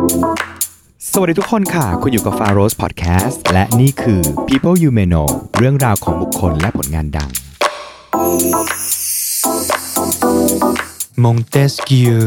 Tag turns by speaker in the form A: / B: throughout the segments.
A: สวัสดีทุกคนค่ะคุณอยู่กับ Faros Podcast และนี่คือ People You May Know เรื่องราวของบุคคลและผลงานดัง Montesquieu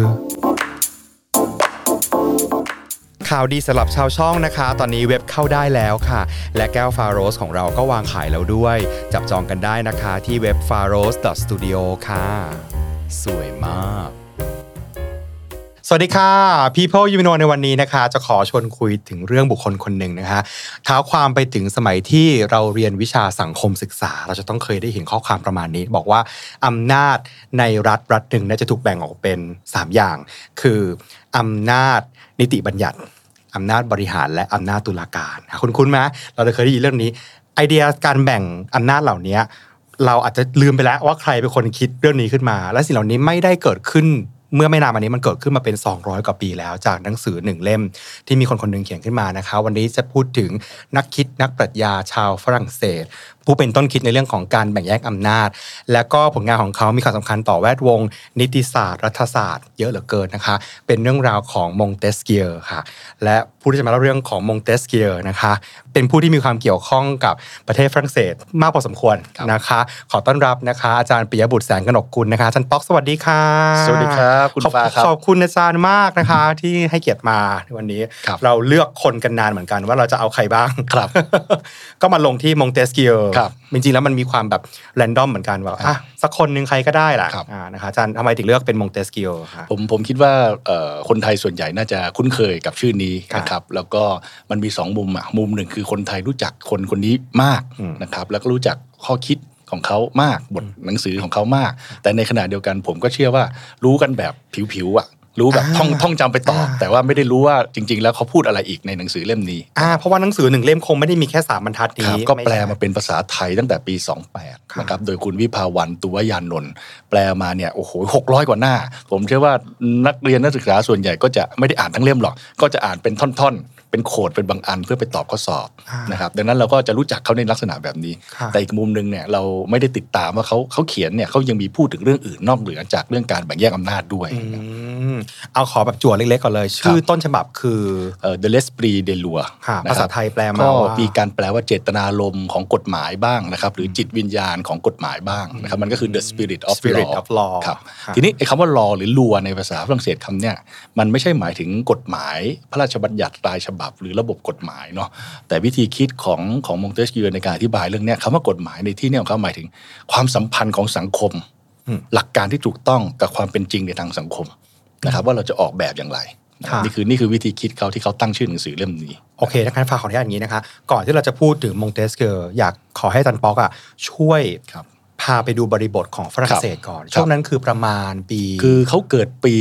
A: ข่าวดีสำหรับชาวช่องนะคะตอนนี้เว็บเข้าได้แล้วค่ะและแก้ว Faros ของเราก็วางขายแล้วด้วยจับจองกันได้นะคะที่เว็บ faros.studio ค่ะสวยมากสวัสดีค่ะ People You Know ในวันนี้นะคะจะขอชวนคุยถึงเรื่องบุคคลคนหนึ่งนะคะเท้าความไปถึงสมัยที่เราเรียนวิชาสังคมศึกษาเราจะต้องเคยได้เห็นข้อความประมาณนี้บอกว่าอำนาจในรัฐหนึ่งน่าจะถูกแบ่งออกเป็น3อย่างคืออำนาจนิติบัญญัติอำนาจบริหารและอำนาจตุลาการคุ้นๆไหมเราเคยได้ยินเรื่องนี้ไอเดียการแบ่งอำนาจเหล่านี้เราอาจจะลืมไปแล้วว่าใครเป็นคนคิดเรื่องนี้ขึ้นมาและสิ่งเหล่านี้ไม่ได้เกิดขึ้นเมื่อไม่นานมานี้มันเกิดขึ้นมาเป็น200กว่าปีแล้วจากหนังสือ1เล่มที่มีคนคนนึงเขียนขึ้นมานะคะวันนี้จะพูดถึงนักคิดนักปรัชญาชาวฝรั่งเศสผู้เป็นต้นคิดในเรื่องของการแบ่งแยกอำนาจและก็ผลงานของเขามีความสำคัญต่อแวดวงนิติศาสตร์รัฐศาสตร์เยอะเหลือเกินนะคะเป็นเรื่องราวของมงเตสเกียร์ค่ะและผู้ที่จะมาเล่าเรื่องของมงเตสเกียร์นะคะเป็นผู้ที่มีความเกี่ยวข้องกับประเทศฝรั่งเศสมากพอสมควรนะคะขอต้อนรับนะคะอาจารย์ปิยบุตรแสงกนกกุลนะคะอาจารย์ป๊อกสวัสดีค่ะ
B: สวัสดีครับคุณฟ้าครับ
A: ขอบคุณอาจารย์มากนะคะที่ให้เกียรติมาในวันนี้เราเลือกคนกันนานเหมือนกันว่าเราจะเอาใครบ้าง
B: ครับ
A: ก็มาลงที่มงเตสเกียร์จริงๆแล้วมันมีความแบบแรนดอมเหมือนกันว่าสักคนนึงใครก็ได้แหละนะคะอาจารย์ทำไมถึงเลือกเป็นมงเตสเกียร์
B: ผมคิดว่าคนไทยส่วนใหญ่น่าจะคุ้นเคยกับชื่อนี้นะครับแล้วก็มันมี2มุมมุมหนึ่งคือคนไทยรู้จักคนนี้มากนะครับแล้วก็รู้จักข้อคิดของเขามากบทหนังสือของเขามากแต่ในขณะเดียวกันผมก็เชื่อว่ารู้กันแบบผิวๆรู้แบบท่องจำไปต่อแต่ว่าไม่ได้รู้ว่าจริงๆแล้วเขาพูดอะไรอีกในหนังสือเล่มนี้
A: เพราะว่าหนังสือ1เล่มคงไม่ได้มีแค่3บรรทัดนี้
B: ก็แปลมาเป็นภาษาไทยตั้งแต่ปี28นะครับโดยคุณวิภาวันตุวยานนท์แปลมาเนี่ยโอ้โห600กว่าหน้าผมเชื่อว่านักเรียนนักศึกษาส่วนใหญ่ก็จะไม่ได้อ่านทั้งเล่มหรอกก็จะอ่านเป็นท่อนๆเป็นโคดเป็นบางอันเพื่อไปตอบข้อสอบนะครับดังนั้นเราก็จะรู้จักเขาในลักษณะแบบนี้แต่อีกมุมนึงเนี่ยเราไม่ได้ติดตามว่าเขาเขียนเนี่ยเขายังมีพูดถึงเรื่องอื่นนอกเหนือจากเรื่องการแบ่งแยกอำนาจด้วย
A: เอาขอแบบจั่วเล็กๆก่อนเลยชื่อต้นฉบับคือ
B: The l'esprit des lois
A: ภาษาไทยแปลมา
B: ว่ามีการแปลว่าเจตนารมณ์ของกฎหมายบ้างนะครับหรือจิตวิญญาณของกฎหมายบ้างนะครับมันก็คือ The spirit of law ครับทีนี้ไอ้คำว่า law หรือ law ในภาษาฝรั่งเศสคำเนี้ยมันไม่ใช่หมายถึงกฎหมายพระราชบัญญัติรายฉบับหรือระบบกฎหมายเนาะแต่วิธีคิดของมงเตสเกียร์ในการอธิบายเรื่องนี้คำว่ากฎหมายในที่นี้ของเขาหมายถึงความสัมพันธ์ของสังคมหลักการที่ถูกต้องกับความเป็นจริงในทางสังคมนะครับว่าเราจะออกแบบอย่างไรนี่คือวิธีคิดเขาที่เขาตั้งชื่อหนังสือเล่มนี้
A: โอเคถ้างั้นฝากขออนุญาตอย่างนี้นะคะก่อนที่เราจะพูดถึงมงเตสเกียร์อยากขอให้อาจารย์ป๊อกช่วยพาไปดูบริบทของฝรั่งเศสก่อนช่วงนั้นคือประมาณปี
B: คือเขาเกิดปี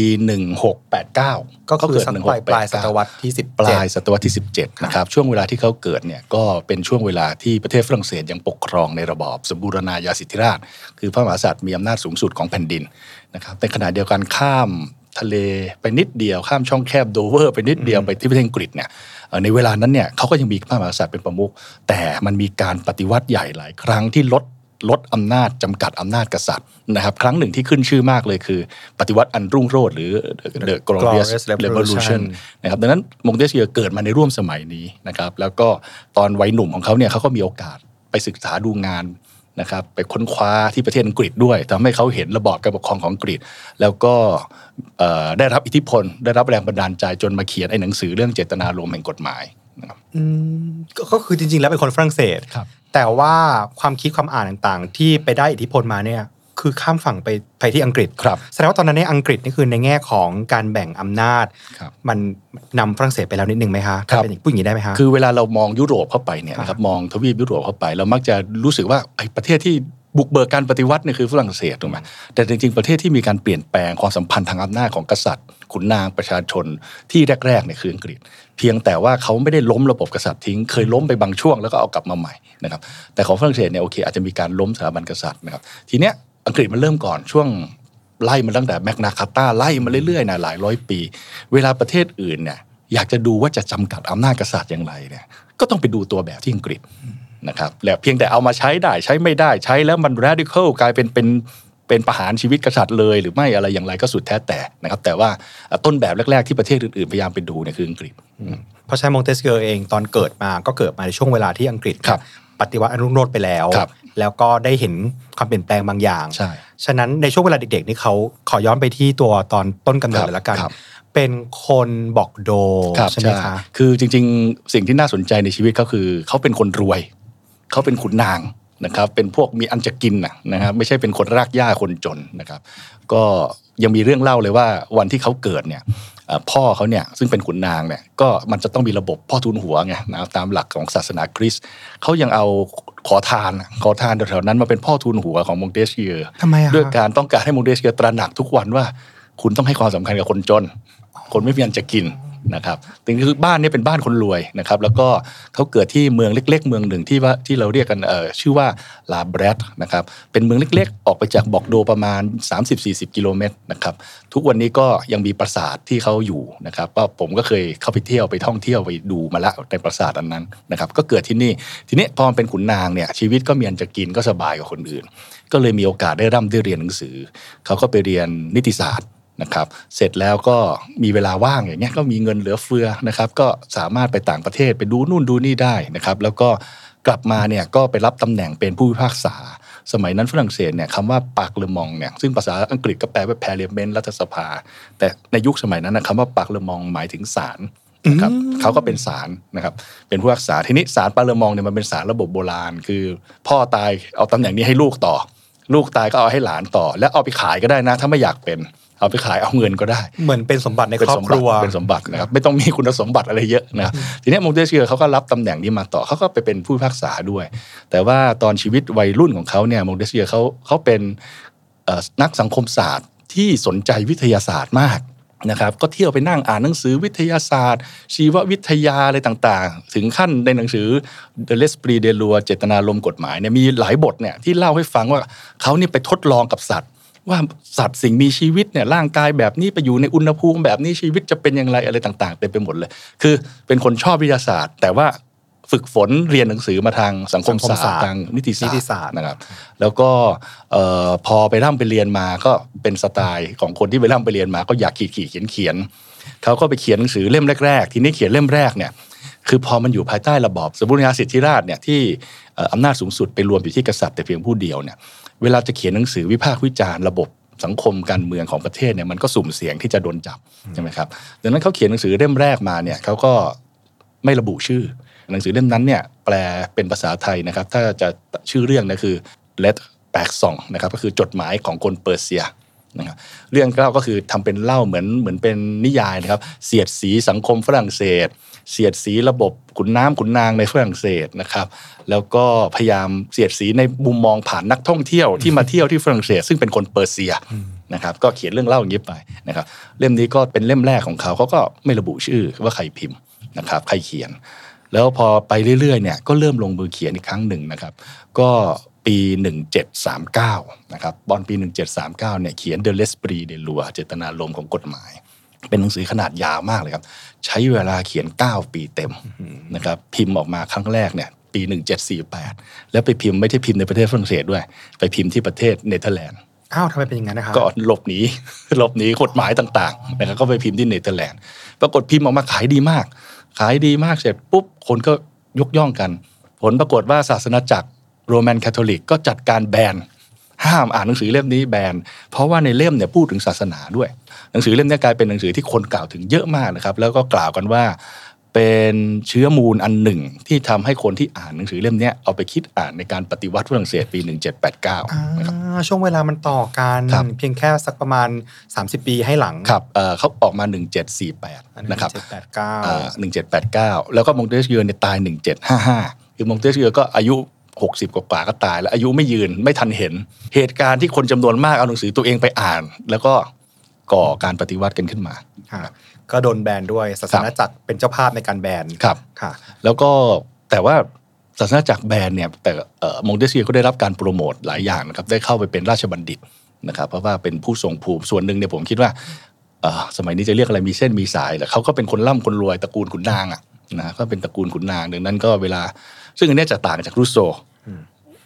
B: 1689
A: ก็คือสักปลายศตวรรษที่17
B: ปลายศตวรรษที่17นะครับช่วงเวลาที่เขาเกิดเนี่ยก็เป็นช่วงเวลาที่ประเทศฝรั่งเศสยังปกครองในระบอบสมบูรณาญาสิทธิราชคือพระมหากษัตริย์มีอำนาจสูงสุดของแผ่นดินนะครับในขณะเดียวกันข้ามทะเลไปนิดเดียวข้ามช่องแคบโดเวอร์ไปนิดเดียวไปที่ประเทศอังกฤษเนี่ยในเวลานั้นเนี่ยเขาก็ยังมีพระมหากษัตริย์เป็นประมุขแต่มันมีการปฏิวัติใหญ่หลายครั้งที่ลดอำนาจจำกัดอำนาจกษัตริย์นะครับครั้งหนึ่งที่ขึ้นชื่อมากเลยคือปฏิวัติอันรุ่งโรจน์หรือ The Glorious Revolution นะครับดังนั้นมงเตสเกียร์เกิดมาในร่วมสมัยนี้นะครับแล้วก็ตอนวัยหนุ่มของเขาเนี่ยเขาก็มีโอกาสไปศึกษาดูงานนะครับไปค้นคว้าที่ประเทศอังกฤษด้วยทำให้เขาเห็นระบอบการปกครองของอังกฤษแล้วก็ได้รับอิทธิพลได้รับแรงบันดาลใจจนมาเขียนไอ้หนังสือเรื่องเจตนารมณ์แห่งกฎหมายนะครับ
A: ก็คือจริงๆแล้วเป็นคนฝรั่งเศสแต่ว่าความคิดความอ่านต่างๆที่ไปได้อิทธิพลมาเนี่ยคือข้ามฝั่งไปที่อังกฤษแสดงว่าตอนนั้นในอังกฤษนี่คือในแง่ของการแบ่งอำนาจมันนำฝรั่งเศสไปแล้วนิดนึงไหมคะเป็นอย่างพูดอย่างนี้ได้ไหมคะ
B: คือเวลาเรามองยุโรปเข้าไปเนี่ยนะครับมองทวีปยุโรปเข้าไปเรามักจะรู้สึกว่าไอ้ประเทศที่บุกเบิกการปฏิวัติเนี่ยคือฝรั่งเศสถูกไหมแต่จริงๆประเทศที่มีการเปลี่ยนแปลงความสัมพันธ์ทางอำนาจของกษัตริย์ขุนนางประชาชนที่แรกๆเนี่ยคืออังกฤษเพียงแต่ว่าเขาไม่ได้ล้มระบบกษัตริย์ทิ้งเคยล้มไปบางช่วงแล้วก็เอากลับมาใหม่นะครับแต่ของฝรั่งเศสเนี่ยโอเคอาจจะมีการล้มสถาบันกษัตริย์นะครับทีเนี้ยอังกฤษมันเริ่มก่อนช่วงไล่มาตั้งแต่แมกนาคาร์ตาไล่มาเรื่อยๆนะหลายร้อยปีเวลาประเทศอื่นเนี่ยอยากจะดูว่าจะจำกัดอำนาจกษัตริย์อย่างไรเนี่ยก็ต้องไปดูตัวแบบที่อังกฤษนะครับแล้วเพียงแต่เอามาใช้ได้ใช้ไม่ได้ใช้แล้วมัน radical กลายเป็นเป็นประหารชีวิตกษัตริย์เลยหรือไม่อะไรอย่างไรก็สุดแท้แต่นะครับแต่ว่าต้นแบบแรกๆที่ประเทศอื่นๆพยายามไปดูเนี่ยคืออังกฤษ
A: เพราะฉะนั้นมองเตสเกียเองตอนเกิดมาก็เกิดมาในช่วงเวลาที่อังกฤษปฏิวัติอนุรักษ์ไปแล้วแล้วก็ได้เห็นความเปลี่ยนแปลงบางอย่าง
B: ใช่
A: ฉะนั้นในช่วงเวลาเด็กๆนี่เขาขอย้อนไปที่ตัวตอนต้นกำเนิดเลยละกันเป็นคนบอกโดใช่ไหมคะ
B: คือจริงๆสิ่งที่น่าสนใจในชีวิตเขาคือเขาเป็นคนรวยเขาเป็นขุนนางนะครับเป็นพวกมีอันจะกินนะครับไม่ใช่เป็นคนรากหญ้าคนจนนะครับก็ยังมีเรื่องเล่าเลยว่าวันที่เขาเกิดเนี่ยพ่อเขาเนี่ยซึ่งเป็นขุนนางเนี่ยก็มันจะต้องมีระบบพ่อทูลหัวไงนะตามหลักของศาสนาคริสต์เขายังเอาขอทานแถวๆนั้นมาเป็นพ่อทูลหัวของมงเตสเกียร์ด้วยการต้องการให้มงเตสเกียร์ตระหนักทุกวันว่าคุณต้องให้ความสำคัญกับคนจนคนไม่มีอันจะกินนะครับถึงคือบ้านนี้เป็นบ้านคนรวยนะครับแล้วก็เขาเกิดที่เมืองเล็กๆเมืองหนึ่งที่เราเรียกกันชื่อว่าลาแบรดนะครับเป็นเมืองเล็กๆออกไปจากบอกโดประมาณ 30-40 กิโลเมตรนะครับทุกวันนี้ก็ยังมีปราสาทที่เขาอยู่นะครับผมก็เคยเข้าไปเที่ยวไปท่องเที่ยวไปดูมาแล้วในปราสาทอันนั้นนะครับก็เกิดที่นี่ทีนี้พอมันเป็นขุนนางเนี่ยชีวิตก็มีอันจะกินก็สบายกว่าคนอื่นก็เลยมีโอกาสได้ร่ำได้เรียนหนังสือเขาก็ไปเรียนนิติศาสตร์นะครับเสร็จแล้วก็มีเวลาว่างอย่างเงี้ยก็มีเงินเหลือเฟือนะครับก็สามารถไปต่างประเทศไปดูนู่นดูนี่ได้นะครับแล้วก็กลับมาเนี่ยก็ไปรับตำแหน่งเป็นผู้พิพากษาสมัยนั้นฝรั่งเศสเนี่ยคำว่าปากเลอมองเนี่ยซึ่งภาษาอังกฤษก็แปลว่า Parliament รัฐสภาแต่ในยุคสมัยนั้นนะคำว่าปากเลอมองหมายถึงศาลนะครับเขาก็เป็นศาลนะครับเป็นผู้พิพากษาทีนี้ศาลปากเลอมองเนี่ยมันเป็นศาลระบบโบราณคือพ่อตายเอาตำแหน่งนี้ให้ลูกต่อลูกตายก็เอาให้หลานต่อแล้วเอาไปขายก็ได้นะถ้าไม่อยากเป็นเอาไปขายเอาเงินก็ได้
A: เหมือนเป็นสมบัติในครอบครัว
B: เป็นสมบัตินะครับไม่ต้องมีคุณสมบัติอะไรเยอะนะครับทีนี้มงเตสเกียร์เขาก็รับตำแหน่งนี้มาต่อเขาก็ไปเป็นผู้พิพากษาด้วยแต่ว่าตอนชีวิตวัยรุ่นของเขาเนี่ยมงเตสเกียร์เขาเป็นนักสังคมศาสตร์ที่สนใจวิทยาศาสตร์มากนะครับก็เที่ยวไปนั่งอ่านหนังสือวิทยาศาสตร์ชีววิทยาอะไรต่างๆถึงขั้นในหนังสือ The L'Esprit des Lois เจตนารมณ์กฎหมายเนี่ยมีหลายบทเนี่ยที่เล่าให้ฟังว่าเขานี่ไปทดลองกับสัตว์ว่าสัตว์สิ่งมีชีวิตเนี่ยร่างกายแบบนี้ไปอยู่ในอุณหภูมิแบบนี้ชีวิตจะเป็นอย่างไรอะไรต่างๆเต็มไปหมดเลยคือเป็นคนชอบวิทยาศาสตร์แต่ว่าฝึกฝนเรียนหนังสือมาทางสังคมศาสตร์ทางนิติศาสตร์นะครับแล้วก็พอไปร่ำไปเรียนมาก็เป็นสไตล์ของคนที่ไปร่ำไปเรียนมาก็อยากเขียนเขาก็ไปเขียนหนังสือเล่มแรกๆทีนี้เขียนเล่มแรกเนี่ยคือพอมันอยู่ภายใต้ระบอบสมบูรณาสิทธิราชย์เนี่ยที่อำนาจสูงสุดไปรวมอยู่ที่กษัตริย์แต่เพียงผู้เดียวเนี่ยเวลาจะเขียนหนังสือวิพากษ์วิจารณ์ระบบสังคมการเมืองของประเทศเนี่ยมันก็สุ่มเสี่ยงที่จะโดนจับใช่ไหมครับดังนั้นเขาเขียนหนังสือเล่มแรกมาเนี่ยเขาก็ไม่ระบุชื่อหนังสือเล่มนั้นเนี่ยแปลเป็นภาษาไทยนะครับถ้าจะชื่อเรื่องนะคือ Let แปลกส่องนะครับก็คือจดหมายของคนเปอร์เซียนะครับเรื่องเล่าก็คือทำเป็นเล่าเหมือนเป็นนิยายนะครับเสียดสีสังคมฝรั่งเศสเสียดสีระบบขุนนางในฝรั่งเศสนะครับแล้วก็พยายามเสียดสีในมุมมองผ่านนักท่องเที่ยวที่มาเที่ยวที่ฝรั่งเศสซึ่งเป็นคนเปอร์เซียนะครับก็เขียนเรื่องเล่าอย่างนี้ไปนะครับเล่มนี้ก็เป็นเล่มแรกของเขาก็ไม่ระบุชื่อว่าใครพิมพ์นะครับใครเขียนแล้วพอไปเรื่อยๆเนี่ยก็เริ่มลงมือเขียนอีกครั้งหนึ่งนะครับก็ปี1739นะครับตอนปี1739เนี่ยเขียน The L'Esprit des Lois เจตนารมณ์ของกฎหมายเป็นหนังสือขนาดยาวมากเลยครับใช้เวลาเขียน9ปีเต็มนะครับพิมพ์ออกมาครั้งแรกเนี่ยปี1748แล้วไปพิมพ์ไม่ใช่พิมพ์ในประเทศฝรั่งเศสด้วยไปพิมพ์ที่ประเทศเนเธอร์แลนด์
A: อ้าวทำไมเป็นอย่างนั้นนะครับ
B: ก็หลบหนีกฎหมายต่างๆนะครับก็ไปพิมพ์ที่เนเธอร์แลนด์ปรากฏพิมพ์ออกมาขายดีมากเสร็จปุ๊บคนก็ยกย่องกันผลปรากฏว่าศาสนาจักรโรมันคาทอลิกก็จัดการแบนห้ามอ่านหนังสือเล่มนี้แบนเพราะว่าในเล่มเนี่ยพูดถึงศาสนาด้วยหนังสือเล่มนี้กลายเป็นหนังสือที่คนกล่าวถึงเยอะมากนะครับแล้วก็กล่าวกันว่าเป็นเชื้อมูลอันหนึ่งที่ทำให้คนที่อ่านหนังสือเล่มนี้เอาไปคิดอ่านในการปฏิวัติฝรั่งเศสปี1789นะครับ
A: ช่วงเวลามันต่อกันเพียงแค่สักประมาณ30ปีให้หลัง
B: ครับเขาออกมา1748นะครับ1789แล้วก็มงเตสเกียร์เนี่ยตาย1755คือมงเตสเกียร์ก็อายุ60กว่าก็ตายแล้วอายุไม่ยืนไม่ทันเห็นเหตุการณ์ที่คนจำนวนมากเอาหนังสือตัวเองไปอ่านแล้วก็ก่อการปฏิวัติกันขึ้นมา
A: ก็โดนแบนด้วยศาสนาจักรเป็นเจ้าภาพในการแบน
B: ครับค่ะแล้วก็แต่ว่าศาสนาจักรแบนเนี่ยแต่มงเตสเกียร์ก็ได้รับการโปรโมทหลายอย่างนะครับได้เข้าไปเป็นราชบัณฑิตนะครับเพราะว่าเป็นผู้ทรงภูมิส่วนหนึ่งเนี่ยผมคิดว่าสมัยนี้จะเรียกอะไรมีเส้นมีสายแต่เขาก็เป็นคนร่ำคนรวยตระกูลขุนนางนะก็เป็นตระกูลขุนนางดังนั้นก็เวลาซึ่งอันนี้จะต่างจากรูโซ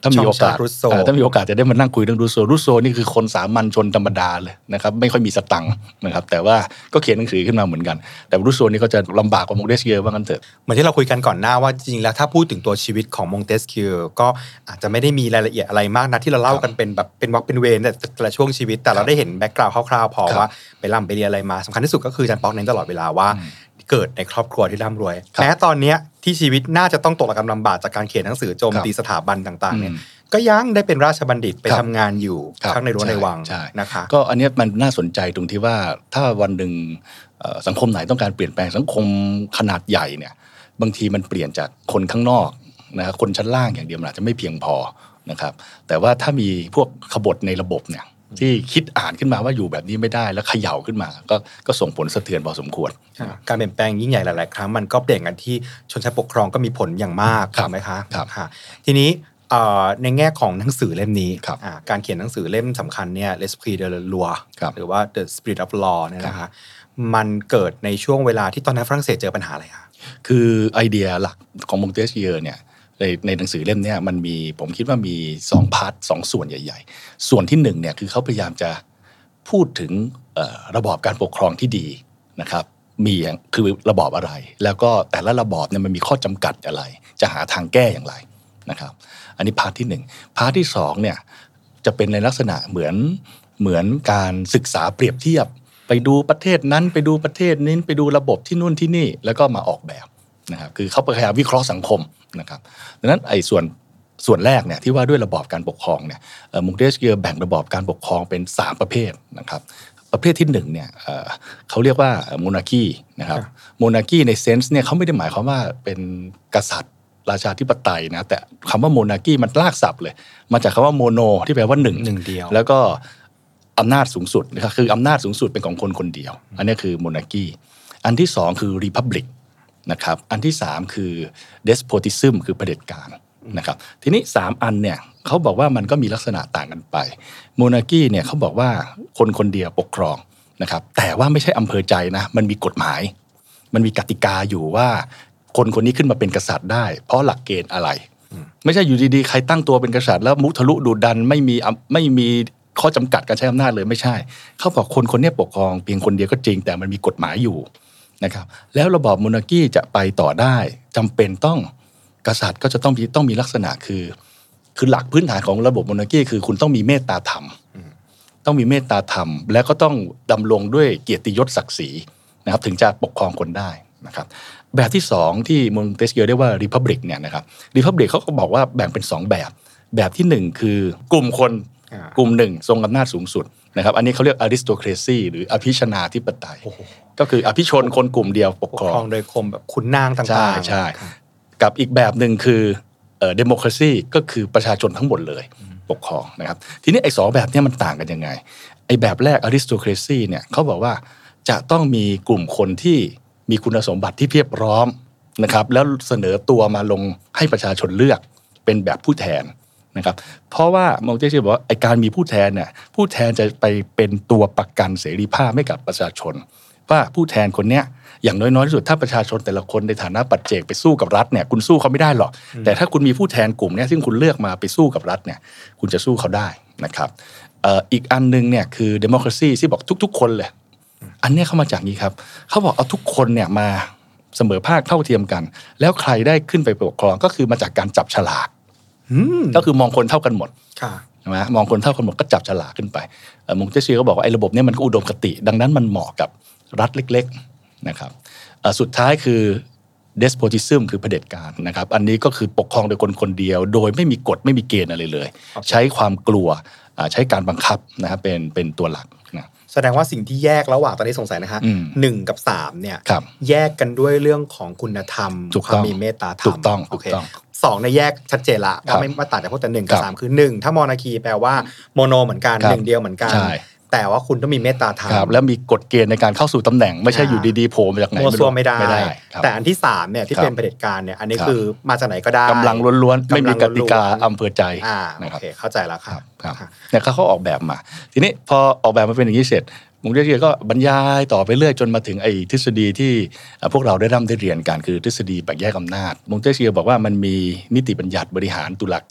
B: ถ้ามีโอกาส
A: รูสโซ
B: ถ้ามีโอกาสจะได้มานั่งคุยเรื่องรูโซนี่คือคนสามัญชนธรรมดาเลยนะครับไม่ค่อยมีสตังค์นะครับแต่ว่าก็เขียนหนังสือขึ้นมาเหมือนกันแต่รูสโซนี่ก็จะลำบากกว่ามงเตสเกียร์ว่างั้นเถอะ
A: เหมือนที่เราคุยกันก่อนหน้าว่าจริงๆแล้วถ้าพูดถึงตัวชีวิตของมงเตสคิวก็อาจจะไม่ได้มีรายละเอียดอะไรมากนะที่เราเล่ากันเป็นแบบเป็นวรรคเป็นเวรแต่ละช่วงชีวิตแต่เราได้เห็นแบ็กกราวด์คร่าวๆพอว่าไปร่ำไปเรียนอะไรมาสำคัญที่สุดก็คืออาจารย์ป๊อกเน้นตลอดเวลาว่าเกิดในครอบครัวที่ร่ำรวยแม้ตอนเนี้ยที่ชีวิตน่าจะต้องตกระกำลำบากจากการเขียนหนังสือโจมตีสถาบันต่างๆเนี่ยก็ยังได้เป็นราชบัณฑิตไปทำงานอยู่ทั้งในรั้วในวังนะคะ
B: ก็อันนี้มันน่าสนใจตรงที่ว่าถ้าวันหนึ่งสังคมไหนต้องการเปลี่ยนแปลงสังคมขนาดใหญ่เนี่ยบางทีมันเปลี่ยนจากคนข้างนอกนะครับคนชั้นล่างอย่างเดียวมันอาจจะไม่เพียงพอนะครับแต่ว่าถ้ามีพวกขบฏในระบบเนี่ยที่คิดอ่านขึ้นมาว่าอยู่แบบนี้ไม่ได้แล้วเขย่าขึ้นมาก็ส่งผลสะเทือนพอสมควร
A: การเปลี่ยนแปลงยิ่งใหญ่หลายๆครั้งมันก็เปลี่ยนกันที่ชนชั้นปกครองก็มีผลอย่างมากถูกไหมคะ
B: ครับ
A: ทีนี้ในแง่ของหนังสือเล่มนี้
B: ครับ
A: การเขียนหนังสือเล่มสำคัญเนี่ย L'Esprit de la Loi หรือว่า The Spirit of Law เนี่ยนะคะมันเกิดในช่วงเวลาที่ตอนนั้นฝรั่งเศสเจอปัญหาอะไรคะ
B: คือไอเดียหลักของมงเตสเกียร์เนี่ยในหนังสือเล่มนี้มันมีผมคิดว่ามี2พาร์ท2ส่วนใหญ่ๆส่วนที่1เนี่ยคือเขาพยายามจะพูดถึงระบอบการปกครองที่ดีนะครับมีคือระบอบอะไรแล้วก็แต่ละระบอบเนี่ยมันมีข้อจำกัดอะไรจะหาทางแก้อย่างไรนะครับอันนี้พาร์ทที่1พาร์ทที่2เนี่ยจะเป็นในลักษณะเหมือนการศึกษาเปรียบเทียบไปดูประเทศนั้นไปดูประเทศนี้ไปดูระบบที่นู่นที่นี่แล้วก็มาออกแบบนะครับคือเขาพยายามวิเคราะห์สังคมนะครับดังนั้นไอ้ส่วนแรกเนี่ยที่ว่าด้วยระบอบการปกครองเนี่ยมงเตสเกียร์แบ่งระบอบการปกครองเป็น3ประเภทนะครับประเภทที่1เนี่ยเขาเรียกว่าโมนาคีนะครับโมนาคีในเซนส์เนี่ยเขาไม่ได้หมายความว่าเป็นกษัตริย์ราชาธิปไตยนะแต่คำว่าโมนาคีมันลากศัพท์เลยมาจากคำว่าโมโนที่แปลว่าหนึ่ง
A: เดียว
B: แล้วก็อำนาจสูงสุดนะครับคืออำนาจสูงสุดเป็นของคนคนเดียวอันนี้คือโมนาคีอันที่2คือรีพับลิกนะครับอันที่3คือ despotism คือเผด็จการนะครับทีนี้3อันเนี่ยเขาบอกว่ามันก็มีลักษณะต่างกันไปโมนาคีเนี่ยเขาบอกว่าคนคนเดียวปกครองนะครับแต่ว่าไม่ใช่อำเภอใจนะมันมีกฎหมายมันมีกติกาอยู่ว่าคนคนนี้ขึ้นมาเป็นกษัตริย์ได้เพราะหลักเกณฑ์อะไรไม่ใช่อยู่ดีๆใครตั้งตัวเป็นกษัตริย์แล้วมุทะลุดุดันไม่มีข้อจำกัดการใช้อำนาจเลยไม่ใช่เขาบอกคนคนนี้ปกครองเพียงคนเดียวก็จริงแต่มันมีกฎหมายอยู่นะครับแล้วระบอบโมนาคีจะไปต่อได้จำเป็นต้องกษัตริย์ก็จะต้องมีลักษณะคือหลักพื้นฐานของระบบโมนาคีคือคุณต้องมีเมตตาธรรมต้องมีเมตตาธรรมแล้วก็ต้องดำรงด้วยเกียรติยศศักดิ์ศรีนะครับถึงจะปกครองคนได้นะครับแบบที่2ที่มงเตสเกียร์เรียกว่า Republic เนี่ยนะครับ Republic เขาก็บอกว่าแบ่งเป็น2แบบที่1คือกลุ่มคนกลุ่มหนึ่งทรงอำนาจสูงสุดนะครับอันนี้เขาเรียก aristocracy หรืออภิชนาธิปไตยก็คืออภิชนคนกลุ่มเดียวปกครอง
A: โดยคมแบบขุนนางต่างๆ
B: ใช่กับอีกแบบหนึ่งคือdemocracy ก็คือประชาชนทั้งหมดเลยปกครองนะครับทีนี้ไอ้2แบบนี้มันต่างกันยังไงไอ้แบบแรก aristocracy เนี่ยเขาบอกว่าจะต้องมีกลุ่มคนที่มีคุณสมบัติที่เพียบพร้อมนะครับแล้วเสนอตัวมาลงให้ประชาชนเลือกเป็นแบบผู้แทนนะครับเพราะว่ามองเตสเกียร์บอกว่าไอ้การมีผู้แทนเนี่ยผู้แทนจะไปเป็นตัวประกันเสรีภาพให้กับประชาชนว่าผู้แทนคนเนี้ยอย่างน้อยๆที่สุดถ้าประชาชนแต่ละคนในฐานะปัจเจกไปสู้กับรัฐเนี่ยคุณสู้เขาไม่ได้หรอกแต่ถ้าคุณมีผู้แทนกลุ่มเนี้ยซึ่งคุณเลือกมาไปสู้กับรัฐเนี่ยคุณจะสู้เขาได้นะครับอีกอันนึงเนี่ยคือ democracy ที่บอกทุกๆคนเลยอันนี้เข้ามาจากนี้ครับเขาบอกเอาทุกคนเนี่ยมาเสมอภาคเท่าเทียมกันแล้วใครได้ขึ้นไปปกครองก็คือมาจากการจับฉลากก็คือมองคนเท่ากันหมดใช่ไหมมองคนเท่ากันหมดก็จับฉลากขึ้นไปมงเตสเกียร์ก็บอกว่าไอ้ระบบนี้มันก็อุดมคติดังนั้นมันเหมาะกับรัฐเล็กๆนะครับสุดท้ายคือ despotism คือเผด็จการนะครับอันนี้ก็คือปกครองโดยคนคนเดียวโดยไม่มีกฎไม่มีเกณฑ์อะไรเลยใช้ความกลัวใช้การบังคับนะครับเป็นตัวหลักนะ
A: แสดงว่าสิ่งที่แยกระหว่างตอนนี้สงสัยนะคะ1กับ3เนี่ยแยกกันด้วยเรื่องของคุณธรรมความมีเมตตาธรรม
B: ถูกต้อง
A: 2ในแยกชัดเจนละว่าไม่ต่างจากพวกแต่1กับ3คือ1ถ้ามอนาคีแปลว่าโมโนเหมือนกัน1เดียวเหมือนกันแต่ว่าคุณต้องมีเมตตาธรรม
B: แล้วมีกฎเกณฑ์ในการเข้าสู่ตำแหน่งไม่ใช่อยู่ดีๆโผล่มาจากไหน
A: ไม่ได้แต่อันที่3เนี่ยที่เป็นเผด็จการเนี่ยอันนี้คือมาจากไหนก็ได้
B: กำลังล้วนๆไม่มีกติกาอำเภอใจ
A: โอเคเข้าใจแล้วครับ
B: เนี่ยเขาออกแบบมาทีนี้พอออกแบบมาเป็นอย่างนี้เสร็จมงเตสเกียร์ก็บรรยายต่อไปเรื่อยจนมาถึงไอ้ทฤษฎีที่พวกเราได้ได้เรียนกันคือทฤษฎีแบ่งแยกอำนาจมงเตสเกียร์บอกว่ามันมีนิติบัญญัติบริหารตุลาการ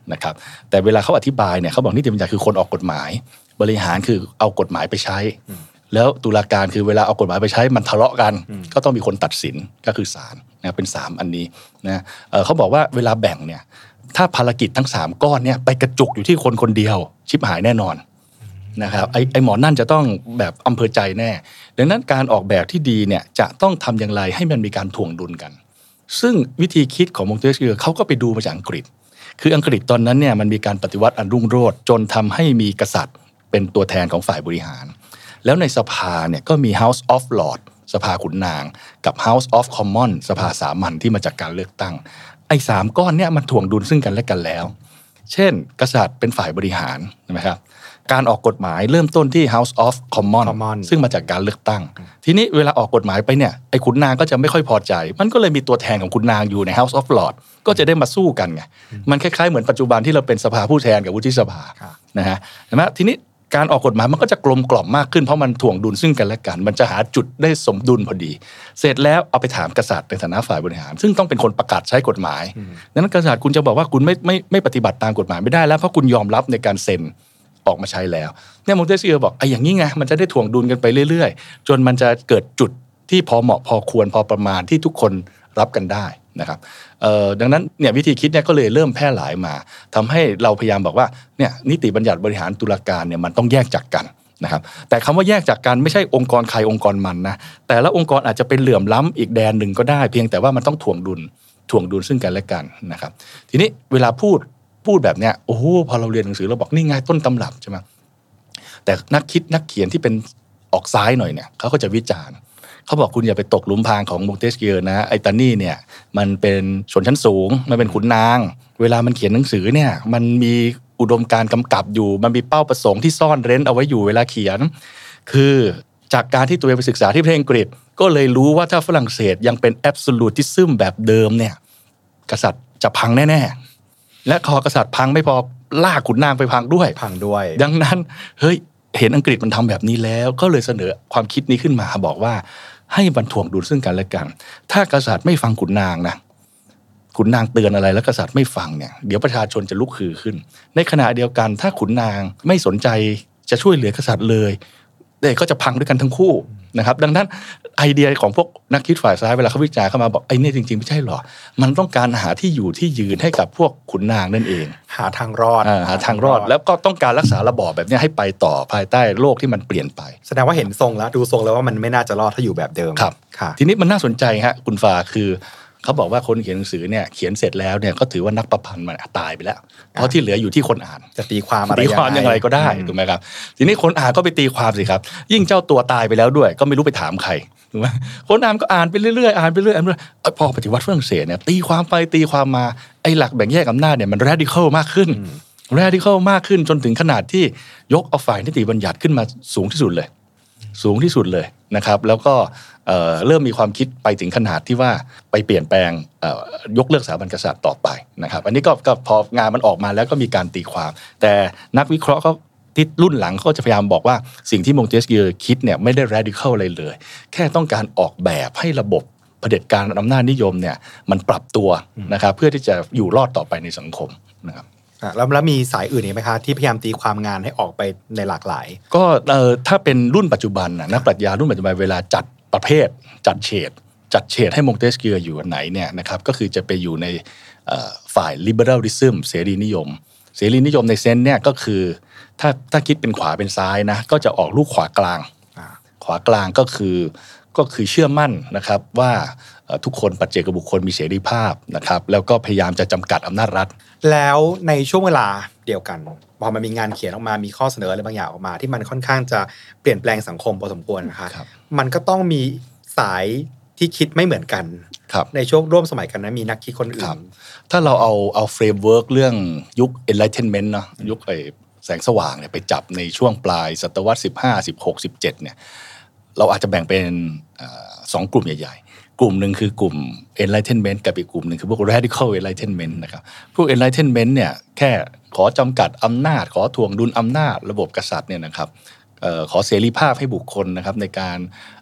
B: นะครับแต่เวลาเขาอธิบายเนี่ยเขาบอกนิติบัญญัติคือคนออกกฎหมายบริหารคือเอากฎหมายไปใช้แล้วตุลาการคือเวลาเอากฎหมายไปใช้มันทะเลาะกันก็ต้องมีคนตัดสินก็คือศาลนะเป็น3อันนี้นะเขาบอกว่าเวลาแบ่งเนี่ยถ้าภารกิจทั้ง3ก้อนเนี่ยไปกระจุกอยู่ที่คนคนเดียวชิบหายแน่นอนนะครับไอหมอนั่นจะต้องแบบอำเภอใจแน่ดังนั้นการออกแบบที่ดีเนี่ยจะต้องทำอย่างไรให้มันมีการถ่วงดุลกันซึ่งวิธีคิดของมงเตสเกียร์เขาก็ไปดูมาจากอังกฤษคืออังกฤษตอนนั้นเนี่ยมันมีการปฏิวัติอันรุ่งโรจน์จนทำให้มีกษัตริย์เป็นตัวแทนของฝ่ายบริหารแล้วในสภาเนี่ยก็มี House of Lords สภาขุนนางกับ House of Commons สภาสามัญที่มาจากการเลือกตั้งไอ้3ก้อนเนี่ยมันถ่วงดุลซึ่งกันและกันแล้วเช่นกษัตริย์เป็นฝ่ายบริหารใช่ไหมครับการออกกฎหมายเริ่มต้นที่ House of Commons ซึ่งมาจากการเลือกตั้งทีนี้เวลาออกกฎหมายไปเนี่ยไอ้ขุนนางก็จะไม่ค่อยพอใจมันก็เลยมีตัวแทนของขุนนางอยู่ใน House of Lords ก็จะได้มาสู้กันไงมันคล้ายๆเหมือนปัจจุบันที่เราเป็นสภาผู้แทนกับวุฒิสภานะฮะเห็นไหมทีนี้การออกกฎหมายมันก็จะกลมกล่อมมากขึ้นเพราะมันถ่วงดุลซึ่งกันและกันมันจะหาจุดได้สมดุลพอดีเสร็จแล้วเอาไปถามกษัตริย์ในฐานะฝ่ายบริหารซึ่งต้องเป็นคนประกาศใช้กฎหมายดังนั้นกษัตริย์คุณจะบอกว่าคุณไม่ปฏิบัติตามกฎหมายไม่ได้แล้วเพราะคุณยอมรับในการเซ็นออกมาใช้แล้วเนี่ยมงเตสเกียร์บอกไอ้อย่างนี้ไงมันจะได้ถ่วงดุลกันไปเรื่อยๆจนมันจะเกิดจุดที่พอเหมาะพอควรพอประมาณที่ทุกคนรับกันได้นะครับดังนั้นเนี่ยวิธีคิดเนี่ยก็เลยเริ่มแพร่หลายมาทำให้เราพยายามบอกว่าเนี่ยนิติบัญญัติบริหารตุลาการเนี่ยมันต้องแยกจากกันนะครับแต่คำว่าแยกจากกันไม่ใช่องค์กรใครองค์กรมันนะแต่ละองค์กรอาจจะเป็นเหลื่อมล้ำอีกแดนหนึ่งก็ได้เพียงแต่ว่ามันต้องถ่วงดุลซึ่งกันและกันนะครับทีนี้เวลาพูดแบบเนี้ยโอ้โหพอเราเรียนหนังสือเราบอกนี่ไงต้นตำรับใช่ไหมแต่นักคิดนักเขียนที่เป็นออกซ้ายหน่อยเนี่ยเขาก็จะวิจารณ์เขาบอกคุณอย่าไปตกหลุมพรางของมงเตสเกียร์นะไอตานี่เนี่ยมันเป็นชนชั้นสูงมันเป็นขุนนางเวลามันเขียนหนังสือเนี่ยมันมีอุดมการณ์กำกับอยู่มันมีเป้าประสงค์ที่ซ่อนเร้นเอาไว้อยู่เวลาเขียนคือจากการที่ตัวเองไปศึกษาที่ประเทศอังกฤษก็เลยรู้ว่าถ้าฝรั่งเศสยังเป็นแอบโซลูติซึมแบบเดิมเนี่ยกษัตริย์จะพังแน่ๆและพอกษัตริย์พังไม่พอลากขุนนางไปพังด้วยดังนั้นเฮ้ยเห็นอังกฤษมันทำแบบนี้แล้วก็เลยเสนอความคิดนี้ขึ้นมาบอกว่าให้มันถ่วงดุลซึ่งกันและกันถ้ากษัตริย์ไม่ฟังขุนนางนะขุนนางเตือนอะไรแล้วกษัตริย์ไม่ฟังเนี่ยเดี๋ยวประชาชนจะลุกฮือขึ้นในขณะเดียวกันถ้าขุนนางไม่สนใจจะช่วยเหลือกษัตริย์เลยเด็กก็จะพังด้วยกันทั้งคู่นะครับดังนั้นไอเดียของพวกนักคิดฝ่ายซ้ายเวลาเขาวิจารณ์เข้ามาบอกไอ้นี่จริงๆไม่ใช่หรอมันต้องการหาที่อยู่ที่ยืนให้กับพวกขุนนางนั่นเอง
A: หาทางรอด
B: แล้วก็ต้องการรักษาระบอบแบบนี้ให้ไปต่อภายใต้โลกที่มันเปลี่ยนไป
A: แสดงว่าเห็นทรงแล้วดูทรงแล้วว่ามันไม่น่าจะรอดถ้าอยู่แบบเดิม
B: ครับทีนี้มันน่าสนใจฮะคุณฟ้าคือเขาบอกว่าคนเขียนหนังสือเนี่ยเขียนเสร็จแล้วเนี่ยก็ถือว่านักประพันธ์มันตายไปแล้วเพราะที่เหลืออยู่ที่คนอ่าน
A: จะตีความอะไร
B: ยังไงก็ได้ถูกไหมครับทีนี้คนอ่านก็ไปตีความสิครับยิ่งเจ้าตัวตายไปแล้วด้วยก็ไม่รู้ไปถามใครถูกไหมคนอ่านก็อ่านไปเรื่อยๆพอปฏิวัติฝรั่งเศสเนี่ยตีความไปตีความมาไอ้หลักแบ่งแยกอำนาจเนี่ยมัน radical มากขึ้นจนถึงขนาดที่ยกเอาฝ่ายนิติบัญญัติขึ้นมาสูงที่สุดเลยนะครับแล้วก็เริ่มมีความคิดไปถึงขนาดที่ว่าไปเปลี่ยนแปลงยกเลิกสถาบันกษัตริย์ต่อไปนะครับอันนี้ก็พองานมันออกมาแล้วก็มีการตีความแต่นักวิเคราะห์เขาที่รุ่นหลังเขาจะพยายามบอกว่าสิ่งที่มงเตสเกียร์คิดเนี่ยไม่ได้ radical อะไรเลยแค่ต้องการออกแบบให้ระบบเผด็จการอำนาจนิยมเนี่ยมันปรับตัวนะครับเพื่อที่จะอยู่รอดต่อไปในสังคมนะครับ
A: แล้วมีสายอื่นอีกไหมคะที่พยายามตีความงานให้ออกไปในหลากหลาย
B: ก็ถ้าเป็นรุ่นปัจจุบันนักปรัชญารุ่นปัจจุบันเวลาจัดประเภทจัดเฉดให้มงเตสเกียร์อยู่อันไหนเนี่ยนะครับก็คือจะไปอยู่ในฝ่าย liberalism เสรีนิยมในเซนส์เนี่ยก็คือถ้าคิดเป็นขวาเป็นซ้ายนะก็จะออกลูกขวากลางก็คือเชื่อมั่นนะครับว่าทุกคนปัจเจกบุคคลมีเสรีภาพนะครับแล้วก็พยายามจะจำกัดอำนาจรัฐ
A: แล้วในช่วงเวลาเดียวกันพอมันมีงานเขียนออกมามีข้อเสนออะไรบางอย่างออกมาที่มันค่อนข้างจะเปลี่ยนแปลงสังคมพอสมควรนะคะมันก็ต้องมีสายที่คิดไม่เหมือนกันในช่วงร่วมสมัยกันนะมีนักคิดคนอื่น
B: ถ้าเราเอาเฟรมเวิร์กเรื่องยุค Enlightenment เนาะยุคแสงสว่างเนี่ยไปจับในช่วงปลายศตวรรษ15 16 17เนี่ยเราอาจจะแบ่งเป็น2 กลุ่มใหญ่ๆกลุ่มหนึ่งคือกลุ่ม Enlightenment กับอีกกลุ่มหนึ่งคือพวก Radical Enlightenment นะครับพวก Enlightenment เนี่ยแค่ขอจำกัดอำนาจขอถ่วงดุลอำนาจระบบกษัตริย์เนี่ยนะครับขอเสรีภาพให้บุคคลนะครับในการ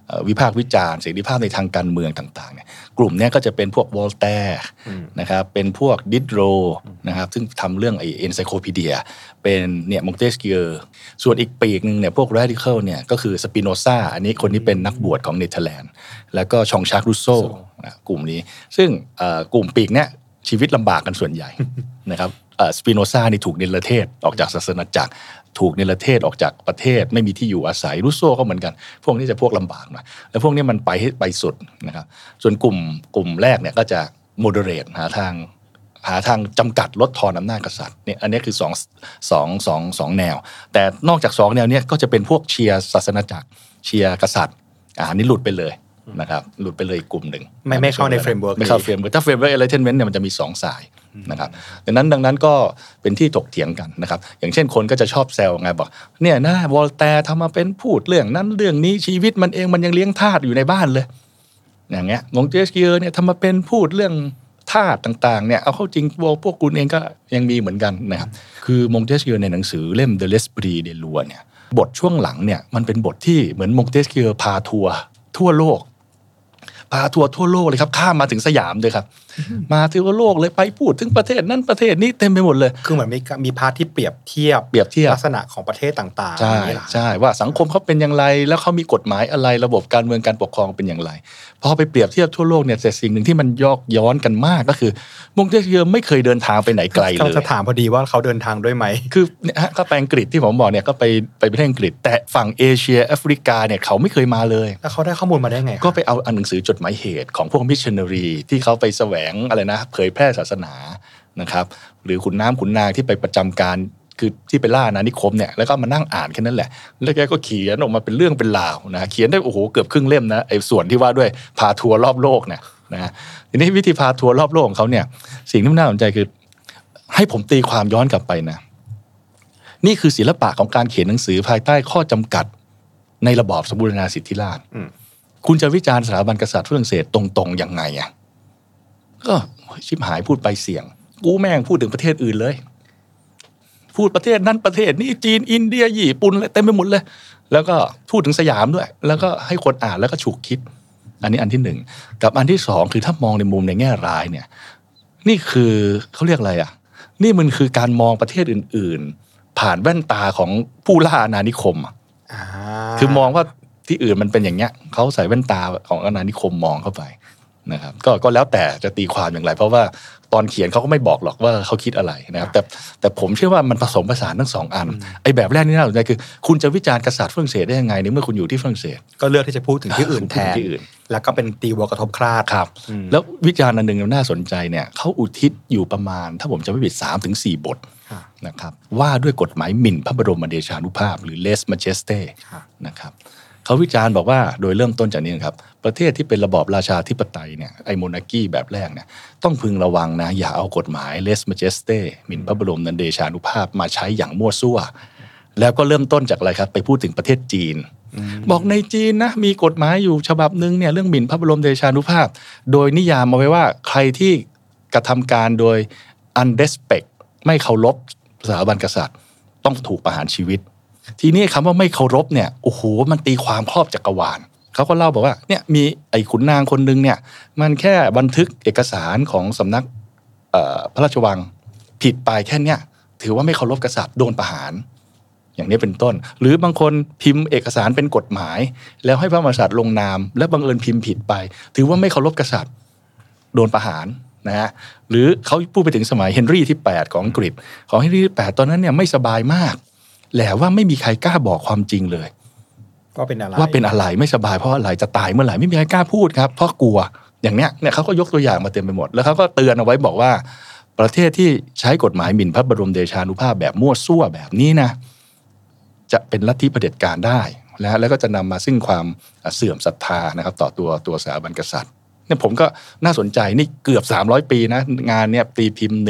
B: วิพากษ์วิจารณ์เสรีภาพในทางการเมืองต่างๆเนี่ยกลุ่มนี้ก็จะเป็นพวกวอลแตร์นะครับเป็นพวกดิดโรนะครับซึ่งทำเรื่องไอ้เอนไซโคพีเดียเป็นเนี่ยมองเตสเกียร์ส่วนอีกปีกนึงเนี่ยพวกแรดิคัลเนี่ยก็คือสปิโนซาอันนี้คนนี้เป็นนักบวชของเนเธอร์แลนด์แล้วก็ชองชาร์กรูโซกลุ่มนี้ซึ่งกลุ่มปีกเนี่ยชีวิตลำบากกันส่วนใหญ่นะครับสปิโนซานี่ถูกเนรเทศออกจากศาสนาจักรถูกเนรเทศออกจากประเทศไม่มีที่อยู่อาศัยรูโซก็เหมือนกันพวกนี้จะพวกลำบากหน่อยแล้วพวกนี้มันไปสุดนะครับส่วนกลุ่มแรกเนี่ยก็จะโมเดเรตหาทางจำกัดลดทอนอำนาจกษัตริย์เนี่ยอันนี้คือสองแนวแต่นอกจาก2แนวเนี่ยก็จะเป็นพวกเชียร์ศาสนาจักรเชียร์กษัตริย์อันนี้หลุดไปเลยนะครับหลุดไปเลยกลุ่มหนึ่ง
A: ไม่เข้าในเฟรมเวิร์ก
B: ไม่เข้าเฟรมเวิร์กถ้าเฟรมเวิร์กเอเลเทนเมนต์เนี่ยมันจะมี2สายนะครับดังนั้นก็เป็นที่ถกเถียงกันนะครับอย่างเช่นคนก็จะชอบแซวไงบอกเนี่ยนะวอลแตร์ทำมาเป็นพูดเรื่องนั้นเรื่องนี้ชีวิตมันเองมันยังเลี้ยงทาสอยู่ในบ้านเลยอย่างเงี้ยมงเตสเกียร์เนี่ยทำมาเป็นพูดเรื่องทาสต่างๆเนี่ยเอาเข้าจริงพวกคุณเองก็ยังมีเหมือนกันนะครับคือมงเตสเกียร์ในหนังสือเล่ม The L'Esprit des Lois เนี่ยบทช่วงหลังเนี่ยมันเป็นบทที่เหมือนมงเตสเกียร์พาทัวร์ทั่วโลกพาทัวร์ทั่วโลกเลยครับข้ามมาถึงสยามเลยครับมาทั่วโลกเลยไปพูดถึงประเทศนั้นประเทศนี้เต็มไปหมดเลย
A: คือเหมือนมีพาร์ทที่เปรียบเทียบลักษณะของประเทศต่างๆ
B: ใช่ว่าสังคมเขาเป็นอย่างไรแล้วเขามีกฎหมายอะไรระบบการเมืองการปกครองเป็นอย่างไรพอไปเปรียบเทียบทั่วโลกเนี่ยแต่สิ่งหนึ่งที่มันย้อนกันมากก็คือมงเตสเกียร์ไม่เคยเดินทางไปไหนไกลเลย
A: เราจะถามพอดีว่าเขาเดินทางด้วยไหม
B: คือเนี่ยก็ไปอังกฤษที่ผมบอกเนี่ยก็ไปประเทศอังกฤษแต่ฝั่งเอเชียแอฟริกาเนี่ยเขาไม่เคยมาเลย
A: แล้วเขาได้ข้อมูลมาได้ไง
B: ก็ไปเอาหนังสือจดหมายเหตุของพวกมิชชันนารีที่เขาไปแสวงอะไรนะเผยแพร่ศาสนานะครับหรือขุนนางที่ไปประจำการคือที่ไปล่าอาณานิคมเนี่ยแล้วก็มานั่งอ่านแค่นั้นแหละแล้วแกก็เขียนออกมาเป็นเรื่องเป็นราวนะเขียนได้โอ้โหเกือบครึ่งเล่มนะไอ้ส่วนที่ว่าด้วยพาทัวร์รอบโลกเนี่ยนะทีนี้วิธีพาทัวร์รอบโลกของเขาเนี่ยสิ่งที่น่าสนใจคือให้ผมตีความย้อนกลับไปนะนี่คือศิลปะของการเขียนหนังสือภายใต้ข้อจำกัดในระบอบสมบูรณาสิทธิราชย์คุณจะวิจารณ์สถาบันกษัตริย์ฝรั่งเศสตรงๆยังไงอ่ะก็ชิบหายพูดไปเสี่ยงกูแม่งพูดถึงประเทศอื่นเลยพูดประเทศนั้นประเทศนี้จีนอินเดียญี่ปุ่นอะไรเต็มไปหมดเลยแล้วก็พูดถึงสยามด้วยแล้วก็ให้คนอ่านแล้วก็ฉุกคิดอันนี้อันที่1กับอันที่2คือถ้ามองในมุมในแง่ร้ายเนี่ยนี่คือเขาเรียกอะไรอ่ะนี่มันคือการมองประเทศอื่นๆผ่านแว่นตาของผู้ล่าอาณานิคมคือมองว่าที่อื่นมันเป็นอย่างเงี้ยเขาใส่แว่นตาของอาณานิคมมองเข้าไปนะครับก็แล้วแต่จะตีความอย่างไรเพราะว่าตอนเขียนเขาก็ไม่บอกหรอกว่าเขาคิดอะไรนะครับแต่ผมเชื่อว่ามันผสมผสานทั้ง2อันไอ้แบบแรกนี่น่าสนใจคือคุณจะวิจารณ์กษัตริย์ฝรั่งเศสได้ยังไงในเมื่อคุณอยู่ที่ฝรั่งเศส
A: ก็เลือกที่จะพูดถึงที่อื่นแทนแล้วก็เป็นตีวัวกระทบคราด
B: ครับแล้ววิจารณ์อันนึงน่าสนใจเนี่ยเขาอุทิศอยู่ประมาณถ้าผมจำไม่ผิด 3-4 บทนะครับว่าด้วยกฎหมายหมิ่นพระบรมเดชานุภาพหรือ lèse majesté นะครับเขาวิจารณ์บอกว่าโดยเริ่มต้นจากนี้ครับประเทศที่เป็นระบอบราชาธิปไตยเนี่ยไอ้โมนาร์คีแบบแรกเนี่ยต้องพึงระวังนะอย่าเอากฎหมาย lèse majesté หมิ่นพระบรมเดชานุภาพมาใช้อย่างมั่วซั่วแล้วก็เริ่มต้นจากอะไรครับไปพูดถึงประเทศจีนบอกในจีนนะมีกฎหมายอยู่ฉบับนึงเนี่ยเรื่องหมิ่นพระบรมเดชานุภาพโดยนิยามเอาไว้ว่าใครที่กระทำการโดย unrespect ไม่เคารพสถาบันกษัตริย์ต้องถูกประหารชีวิตทีนี้คำว่าไม่เคารพเนี่ยโอ้โหมันตีความครอบจักรวาลเขาก็เล่าบอกว่าเนี่ยมีไอ้ขุนนางคนนึงเนี่ยมันแค่บันทึกเอกสารของสำนักพระราชวังผิดไปแค่เนี้ยถือว่าไม่เคารพกษัตริย์โดนประหารอย่างนี้เป็นต้นหรือบางคนพิมพ์เอกสารเป็นกฎหมายแล้วให้พระมหากษัตริย์ลงนามแล้วบังเอิญพิมพ์ผิดไปถือว่าไม่เคารพกษัตริย์โดนประหารนะฮะหรือเขาพูดไปถึงสมัยเฮนรี่ที่8ของอังกฤษของเฮนรี่ที่8ตอนนั้นเนี่ยไม่สบายมากแล้วว่าไม่มีใครกล้าบอกความจริงเลย
A: ว่าเป็น
B: อะไรไม่สบายเพราะอะไรจะตายเมื่อไหร่ไม่มีใครกล้าพูดครับเพราะกลัวอย่างเนี้ยเขาก็ยกตัวอย่างมาเต็มไปหมดแล้วเขาก็เตือนเอาไว้บอกว่าประเทศที่ใช้กฎหมายหมิ่นพระบรมเดชานุภาพแบบมั่วซั่วแบบนี้นะจะเป็นลัทธิเผด็จการได้แล้วก็จะนำมาซึ่งความเสื่อมศรัทธานะครับต่อตัวสถาบันกษัตริย์เนี่ยผมก็น่าสนใจนี่เกือบ300ปีนะงานเนี่ยตีพิมพ์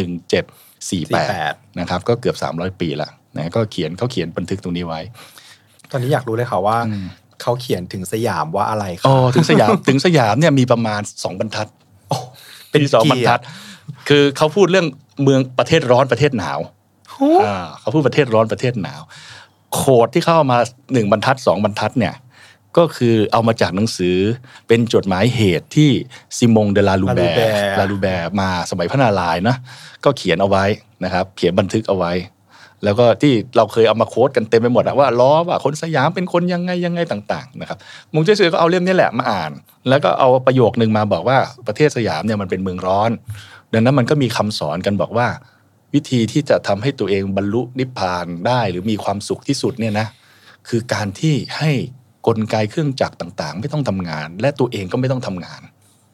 B: 1748นะครับก็เกือบ300ปีละนะก็เขาเขียนบันทึกตรงนี้ไว้
A: ตอนนี้อยากรู้เลยค่ะว่าเขาเขียนถึงสยามว่าอะไรครับ
B: ถึงสยามเนี่ยมีประมาณ2บรรทัดเป็น2บรรทัดคือเขาพูดเรื่องเมืองประเทศร้อนประเทศหนาวเขาพูดประเทศร้อนประเทศหนาวโคดที่เข้ามา1บรรทัด2บรรทัดเนี่ยก็คือเอามาจากหนังสือเป็นจดหมายเหตุที่ซิมงเดลาลูแบร์มาสมัยพระนารายณ์นะก็เขียนเอาไว้นะครับเขียนบันทึกเอาไว้แล้วก็ที่เราเคยเอามาโค้ดกันเต็มไปหมดว่าล้อว่าคนสยามเป็นคนยังไงต่างๆนะครับมงเจสเซอร์ก็เอาเล่มนี้แหละมาอ่านแล้วก็เอาประโยคนึงมาบอกว่าประเทศสยามเนี่ยมันเป็นเมืองร้อนดังนั้นมันก็มีคำสอนกันบอกว่าวิธีที่จะทำให้ตัวเองบรรลุนิพพานได้หรือมีความสุขที่สุดเนี่ยนะคือการที่ให้กลไกเครื่องจักรต่างๆไม่ต้องทำงานและตัวเองก็ไม่ต้องทำงาน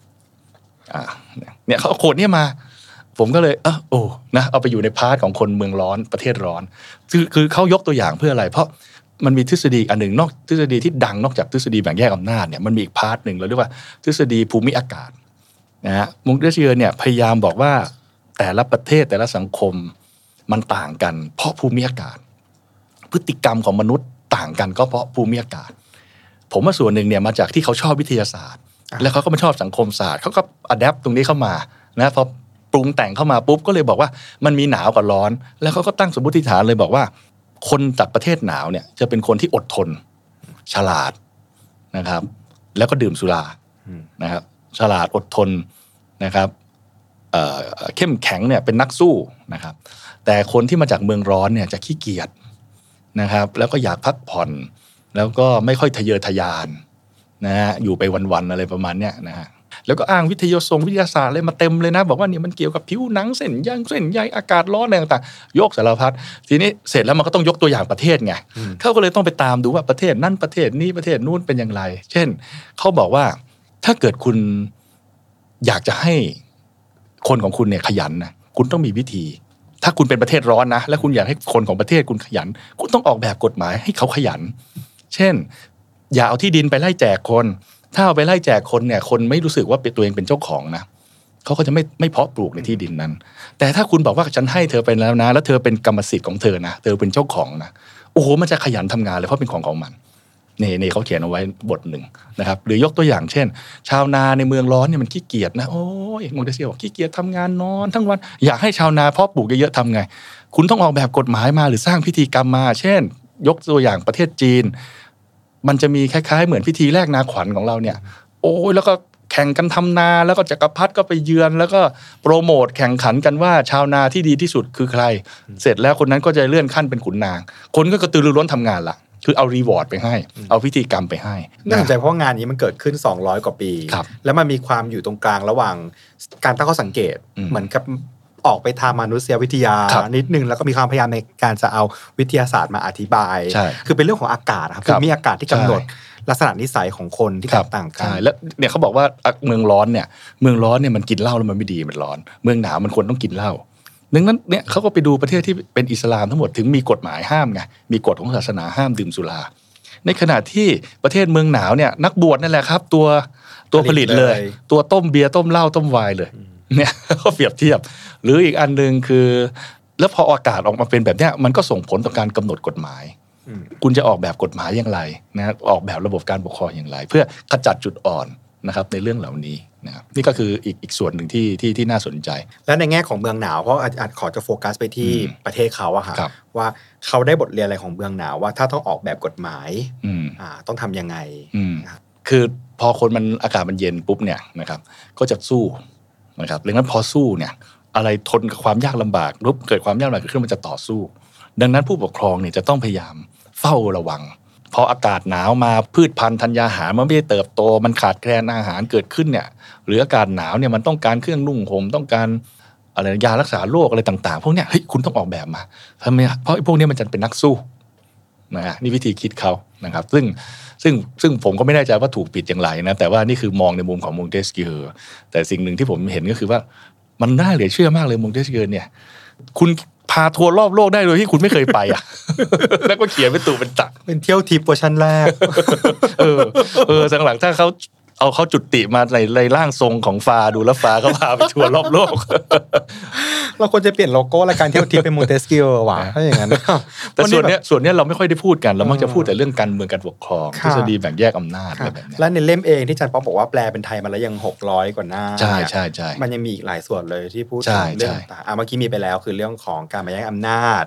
B: เนี่ยเขาเอาโคดนี้มาผมก็เลยเอาไปอยู่ในพาร์ทของคนเมืองร้อนประเทศร้อนคือเขายกตัวอย่างเพื่ออะไรเพราะมันมีทฤษฎีอันหนึ่งนอกทฤษฎีที่ดังนอกจากทฤษฎีแบ่งแยกอำนาจเนี่ยมันมีอีกพาร์ทหนึ่งเราเรียกว่าทฤษฎีภูมิอากาศนะฮะมงเดเชียเนี่ยพยายามบอกว่าแต่ละประเทศแต่ละสังคมมันต่างกันเพราะภูมิอากาศพฤติกรรมของมนุษย์ต่างกันก็เพราะภูมิอากาศผมว่าส่วนหนึ่งเนี่ยมาจากที่เขาชอบวิทยาศาสตร์แล้วเขาก็มาชอบสังคมศาสตร์เขาก็อะแดปตรงนี้เข้ามานะพอปรุงแต่งเข้ามาปุ๊บก็เลยบอกว่ามันมีหนาวกับร้อนแล้วเขาก็ตั้งสมมติฐานเลยบอกว่าคนจากประเทศหนาวเนี่ยจะเป็นคนที่อดทนฉลาดนะครับแล้วก็ดื่มสุรานะครับฉลาดอดทนนะครับเข้มแข็งเนี่ยเป็นนักสู้นะครับแต่คนที่มาจากเมืองร้อนเนี่ยจะขี้เกียจนะครับแล้วก็อยากพักผ่อนแล้วก็ไม่ค่อยทะเยอทะยานนะฮะอยู่ไปวันๆอะไรประมาณเนี้ยนะฮะแล้วก็อ้างวิทยาศาสตร์อะไรมาเต็มเลยนะบอกว่าเนี่ยมันเกี่ยวกับผิวหนังเส้นใยอากาศร้อนอะไรต่างๆยกสารพัดทีนี้เสร็จแล้วมันก็ต้องยกตัวอย่างประเทศไงเขาก็เลยต้องไปตามดูว่าประเทศนั้นประเทศนี้ประเทศนู้นเป็นอย่างไรเช่นเขาบอกว่าถ้าเกิดคุณอยากจะให้คนของคุณเนี่ยขยันนะคุณต้องมีวิธีถ้าคุณเป็นประเทศร้อนนะและคุณอยากให้คนของประเทศคุณขยันคุณต้องออกแบบกฎหมายให้เขาขยันเช่นอย่าเอาที่ดินไปไล่แจกคนถ้าเอาไปไล่แจกคนเนี่ยคนไม่รู้สึกว่าตัวเองเป็นเจ้าของนะเขาก็จะไม่เพาะปลูกในที่ดินนั้นแต่ถ้าคุณบอกว่าฉันให้เธอไปแล้วนะแล้วเธอเป็นกรรมสิทธิ์ของเธอนะเธอเป็นเจ้าของนะโอ้โหมันจะขยันทำงานเลยเพราะเป็นของมันนี่เขาเขียนเอาไว้บทหนึ่งนะครับหรือยกตัวอย่างเช่นชาวนาในเมืองร้อนเนี่ยมันขี้เกียจนะโอ้ยมงเดเซียบอกขี้เกียจทำงานนอนทั้งวันอยากให้ชาวนาเพาะปลูกเยอะๆทำไงคุณต้องออกแบบกฎหมายมาหรือสร้างพิธีกรรมมาเช่นยกตัวอย่างประเทศจีนมันจะมีคล้ายๆเหมือนพิธีแลกนาขวัญของเราเนี่ยโอ้ยแล้วก็แข่งกันทำนาแล้วก็จักรพรรดิก็ไปเยือนแล้วก็โปรโมทแข่งขันกันว่าชาวนาที่ดีที่สุดคือใครเสร็จแล้วคนนั้นก็จะเลื่อนขั้นเป็นขุนนางคนก็กระตือรือร้นทำงานละคือเอารีวอร์ดไปให้เอาพิธีกรรมไปให้
C: น่าสนใจเพราะงานนี้มันเกิดขึ้น200กว่าปีแล้วมันมีความอยู่ตรงกลางระหว่างการตั้งข้อสังเกตเหมือนกับออกไปทางมนุษยวิทยานิดนึงแล้วก็มีความพยายามในการจะเอาวิทยาศาสตร์มาอธิบายคือเป็นเรื่องของอากาศครับคือมีอากาศที่กำหนดลักษณะนิสัยของคนที่แตกต่างกัน
B: แล้วเนี่ยเขาบอกว่าเมืองร้อนเนี่ยมันกินเหล้าแล้วมันไม่ดีมันร้อนเมืองหนาวมันควรต้องกินเหล้าดังนั้นเนี่ยเขาก็ไปดูประเทศที่เป็นอิสลามทั้งหมดถึงมีกฎหมายห้ามไงมีกฎของศาสนาห้ามดื่มสุราในขณะที่ประเทศเมืองหนาวเนี่ยนักบวชนั่นแหละครับตัวผลิตเลยตัวต้มเบียร์ต้มเหล้าต้มไวน์เลยเนี่ยก็เปรียบเทียบหรืออีกอันนึงคือแล้วพออากาศออกมาเป็นแบบเนี้ยมันก็ส่งผลต่อการกำหนดกฎหมายคุณจะออกแบบกฎหมายอย่างไรนะออกแบบระบบการปกครองอย่างไรเพื่อขจัดจุดอ่อนนะครับในเรื่องเหล่านี้นะครับนี่ก็คืออีกส่วนหนึ่งที่น่าสนใจ
C: และในแง่ของเมืองหนาวเพราะอาจขอจะโฟกัสไปที่ประเทศเขาอะค่ะว่าเขาได้บทเรียนอะไรของเมืองหนาวว่าถ้าต้องออกแบบกฎหมายต้องทำยังไง
B: คือพอคนมันอากาศมันเย็นปุ๊บเนี่ยนะครับก็จะสู้นะครับดังนั้นพอสู้เนี่ยอะไรทนกับความยากลำบากปุ๊บเกิดความยากลำบากขึ้นมันจะต่อสู้ดังนั้นผู้ปกครองเนี่ยจะต้องพยายามเฝ้าระวังพออากาศหนาวมาพืชพันธุ์ธัญญาหารมันไม่ได้เติบโตมันขาดแคลนอาหารเกิดขึ้นเนี่ยหรืออากาศหนาวเนี่ยมันต้องการเครื่องนุ่งห่มต้องการอะไรยารักษาโรคอะไรต่างๆพวกเนี้ยเฮ้ยคุณต้องออกแบบมาทำไมเพราะพวกนี้มันจะเป็นนักสู้นะฮะนี่วิธีคิดเขานะครับซึ่งผมก็ไม่แน่ใจว่าถูกผิดอย่างไรนะแต่ว่านี่คือมองในมุมของมงเตสเกียร์แต่สิ่งหนึ่งที่ผมเห็นก็คือว่ามันน่าเหลือเชื่อมากเลยมงเตสเกียร์เนี่ยคุณพาทัวร์รอบโลกได้โดยที่คุณไม่เคยไปอ่ะ แล้วก็เขียนเป็นตู่เป็นตัก
C: เป็นเที่ยวทิปเวอร์ชันแรก
B: สังหลังถ้าเขาจุติมาในร่างทรงของฟ้าดูแล้วฟ้าก็พาไปทัวร์รอบโลก
C: เราควรจะเปลี่ยนโลโก้รายการเที่ยวทิปเป็นมงเตสเกียร์ว่ะถ้าอย่างนั้น
B: แต่ส่วนเนี้ยเราไม่ค่อยได้พูดกันเรามักจะพูดแต่เรื่องการเมืองการปกครองทฤษฎีแบ่งแยกอำนาจอะไรแบบนี้
C: และในเล่มเองที่อาจารย์ป๊อปบอกว่าแปลเป็นไทยมาแล้วยัง600กว่าหน้า
B: ใช่
C: มันยังมีอีกหลายส่วนเลยที่พูดถึงเรื่องต่างเมื่อกี้มีไปแล้วคือเรื่องของการแบ่งแยกอำนาจ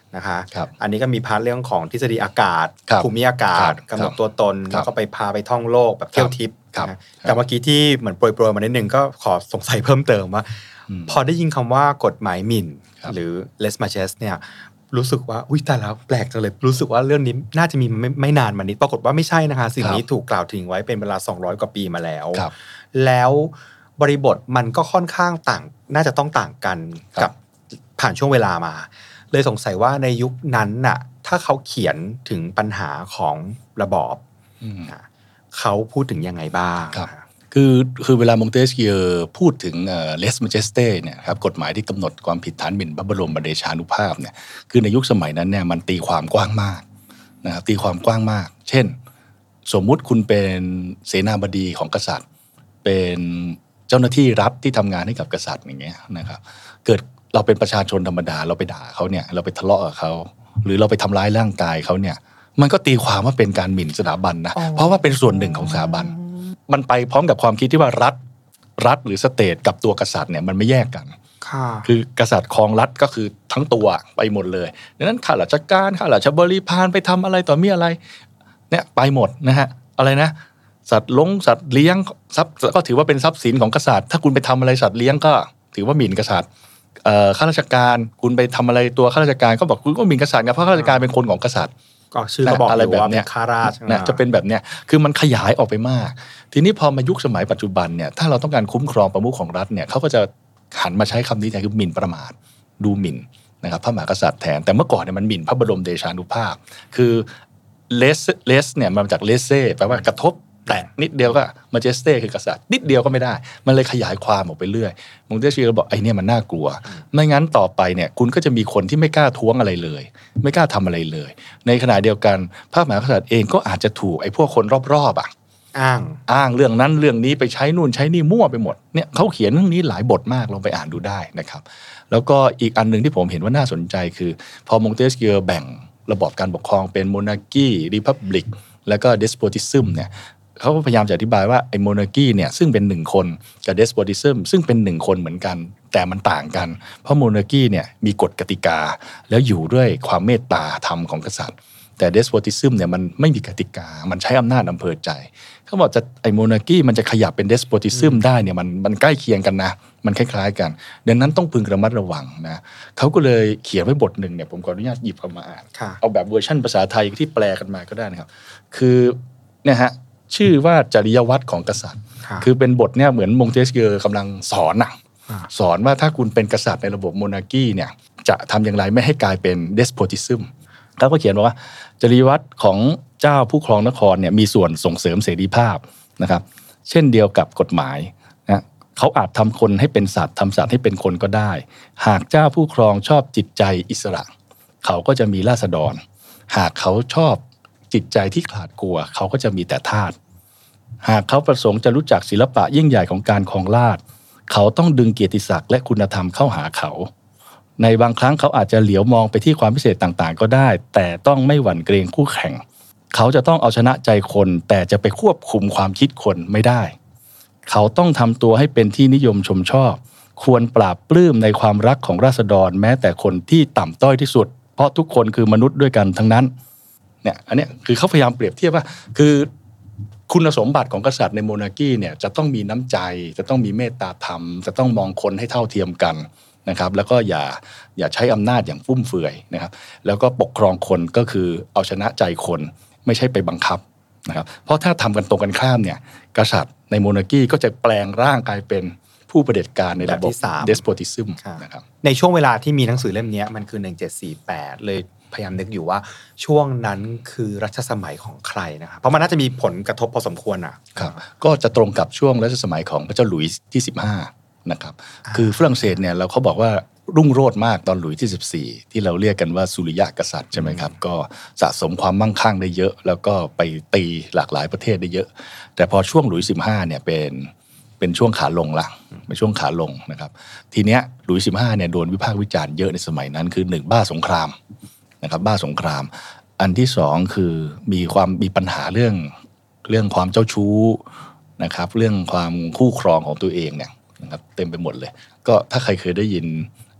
C: นะคะอันนี้ก็มีพาร์ทเรื่องของทฤษฎีอากาศภูมิอากาศกำหนดตัวตนแล้วก็ไปพาไปท่องโลกแบบเที่ยวทิพย์แต่เมื่อกี้ที่เหมือนโปรยมานิดนึงก็ขอสงสัยเพิ่มเติมว่าพอได้ยินคำว่ากฎหมายหมิ่นหรือ lèse majesté เนี่ยรู้สึกว่าอุ้ยแต่แล้วแปลกจังเลยรู้สึกว่าเรื่องนี้น่าจะมีไม่นานมานี้ปรากฏว่าไม่ใช่นะคะสิ่งนี้ถูกกล่าวถึงไว้เป็นเวลา200กว่าปีมาแล้วบริบทมันก็ค่อนข้างต่างน่าจะต้องต่างกันกับผ่านช่วงเวลามาเลยสงสัยว่าในยุคนั้นน่ะถ้าเขาเขียนถึงปัญหาของระบอบเขาพูดถึงยังไงบ้าง
B: คือเวลามองเตสเกียร์พูดถึงlèse majesté เนี่ยครับกฎหมายที่กำหนดความผิดฐานหมิ่นพระบรมเดชานุภาพเนี่ยคือในยุคสมัยนั้นเนี่ยมันตีความกว้างมากนะครับตีความกว้างมากเช่นสมมุติคุณเป็นเสนาบดีของกษัตริย์เป็นเจ้าหน้าที่รัฐที่ทำงานให้กับกษัตริย์อย่างเงี้ยนะครับเกิดเราเป็นประชาชนธรรมดาเราไปด่าเขาเนี่ยเราไปทะเลาะกับเขาหรือเราไปทำร้ายร่างกายเขาเนี่ยมันก็ตีความว่าเป็นการหมิ่นสถาบันนะเพราะว่าเป็นส่วนหนึ่งของสถาบันมันไปพร้อมกับความคิดที่ว่ารัฐหรือสเตทกับตัวกษัตริย์เนี่ยมันไม่แยกกันคือกษัตริย์ครองรัฐก็คือทั้งตัวไปหมดเลยดังนั้นข้าราชการข้าราชบริพารไปทำอะไรต่อมีอะไรเนี่ยไปหมดนะฮะอะไรนะสัตว์เลี้ยงทรัพย์ก็ถือว่าเป็นทรัพย์สินของกษัตริย์ถ้าคุณไปทำอะไรสัตว์เลี้ยงก็ถือว่าหมิ่นกษัตริย์ข้าราชการคุณไปทำอะไรตัวข้าราชการก็บอกคุณก็หมิ่นกษัตริย์ไงเพราะข้าราชการเป็นคนของกษัตริย์
C: ก็ชื่อก็บอกอะไรแบบนี้ข้าราช
B: นะจะเป็นแบบเนี้ยคือมันขยายออกไปมากทีนี้พอมายุคสมัยปัจจุบันเนี่ยถ้าเราต้องการคุ้มครองประมุขของรัฐเนี่ยเขาก็จะหันมาใช้คำนี้แทนคือหมิ่นประมาทดูหมิ่นนะครับพระมหากษัตริย์แทนแต่เมื่อก่อนเนี่ยมันหมิ่นพระบรมเดชานุภาพคือเลสเนี่ยมาจากเลสเซ่แปลว่ากระทบแตะนิดเดียวก็มาเจสเต้คือกษัตริย์นิดเดียวก็ไม่ได้มันเลยขยายความออกไปเรื่อยมงเตสเชียร์บอกไอ้เนี่ยมันน่ากลัวไม่งั้นต่อไปเนี่ยคุณก็จะมีคนที่ไม่กล้าท้วงอะไรเลยไม่กล้าทำอะไรเลยในขณะเดียวกันพระมหากษัตริย์เองก็อาจจะถูกไอ้พวกคนรอบๆอ้างเรื่องนั้นเรื่องนี้ไปใช้นู่นใช้นี่มั่วไปหมดเนี่ยเขาเขียนเรื่องนี้หลายบทมากลองไปอ่านดูได้นะครับแล้วก็อีกอันนึงที่ผมเห็นว่าน่าสนใจคือพอมงเตสเชียร์แบ่งระบอบการปกครองเป็นโมนาร์คีรีพับลิกแล้วก็เดสโพติซึมเนี่ยเขาพยายามจะอธิบายว่าไอ้โมนาร์คีเนี่ยซึ่งเป็น1คนกับเดสโพติซึมซึ่งเป็น1คนเหมือนกันแต่มันต่างกันเพราะโมนาร์คีเนี่ยมีกฎกติกาแล้วอยู่ด้วยความเมตตาธรรมของกษัตริย์แต่เดสโพติซึมเนี่ยมันไม่มีกติกามันใช้อำนาจอำเภอใจเขาบอกจะไอ้โมนาร์คีมันจะขยับเป็นเดสโพติซึมได้เนี่ยมันใกล้เคียงกันนะมันคล้ายๆกันดังนั้นต้องพึงระมัดระวังนะเขาก็เลยเขียนไว้บทหนึ่งเนี่ยผมขออนุญาตหยิบเอามาอ่านเอาแบบเวอร์ชันภาษาไทยที่แปลกันมาก็ได้นะครับคือเนี่ยฮะชื่อว่าจริยวัตรของกษัตริย์คือเป็นบทเนี่ยเหมือนมงเตสเกียร์กำลังสอนว่าถ้าคุณเป็นกษัตริย์ในระบบโมนาร์คีเนี่ยจะทำอย่างไรไม่ให้กลายเป็นเดสโพติซึมเขาก็เขียนว่าจริยวัตรของเจ้าผู้ครองนครเนี่ยมีส่วนส่งเสริมเสรีภาพนะครับเช่นเดียวกับกฎหมายนะเขาอาจทำคนให้เป็นสัตว์ทำสัตว์ให้เป็นคนก็ได้หากเจ้าผู้ครองชอบจิตใจอิสระเขาก็จะมีราษฎรหากเขาชอบจิตใจที่ขลาดกลัวเขาก็จะมีแต่ทาสหากเขาประสงค์จะรู้จักศิลปะยิ่งใหญ่ของการครองราชย์เขาต้องดึงเกียรติศักดิ์และคุณธรรมเข้าหาเขาในบางครั้งเขาอาจจะเหลียวมองไปที่ความพิเศษต่างๆก็ได้แต่ต้องไม่หวั่นเกรงคู่แข่งเขาจะต้องเอาชนะใจคนแต่จะไปควบคุมความคิดคนไม่ได้เขาต้องทำตัวให้เป็นที่นิยมชมชอบควรปราบปลื้มในความรักของราษฎรแม้แต่คนที่ต่ำต้อยที่สุดเพราะทุกคนคือมนุษย์ด้วยกันทั้งนั้นเนี่ยอันนี้คือเขาพยายามเปรียบเทียบว่าคือคุณสมบัติของกษัตริย์ในโมนาร์คีเนี่ยจะต้องมีน้ำใจจะต้องมีเมตตาธรรมจะต้องมองคนให้เท่าเทียมกันนะครับแล้วก็อย่าใช้อำนาจอย่างฟุ่มเฟือยนะครับแล้วก็ปกครองคนก็คือเอาชนะใจคนไม่ใช่ไปบังคับนะครับเพราะถ้าทำกันตรงกันข้ามเนี่ยกษัตริย์ในโมนาร์คีก็จะแปลงร่างกลายเป็นผู้เผด็จการในระบบเดสโพติซึมนะครับ
C: ในช่วงเวลาที่มีหนังสือเล่มนี้มันคือ1748เลยพยายามนึกอยู่ว่าช่วงนั้นคือรัชสมัยของใครนะครับเพราะมันน่าจะมีผลกระทบพอสมควร
B: ครับก็จะตรงกับช่วงรัชสมัยของพระเจ้าหลุยส์ที่15นะครับคือฝรั่งเศสเนี่ยเขาบอกว่ารุ่งโรจน์มากตอนหลุยส์ที่14ที่เราเรียกกันว่าสุริยะกษัตริย์ใช่ไหมครับก็สะสมความมั่งคั่งได้เยอะแล้วก็ไปตีหลากหลายประเทศได้เยอะแต่พอช่วงหลุยส์15เนี่ยเป็นช่วงขาลงละเป็นช่วงขาลงนะครับทีเนี้ยหลุยส์15เนี่ยโดนวิพากษ์วิจารณ์เยอะในสมัยนั้นคือ1บ้าสงครามนะครับบ้าสงครามอันที่2คือมีปัญหาเรื่องความเจ้าชู้นะครับเรื่องความคู่ครองของตัวเองเนี่ยนะครับเต็มไปหมดเลยก็ถ้าใครเคยได้ยิน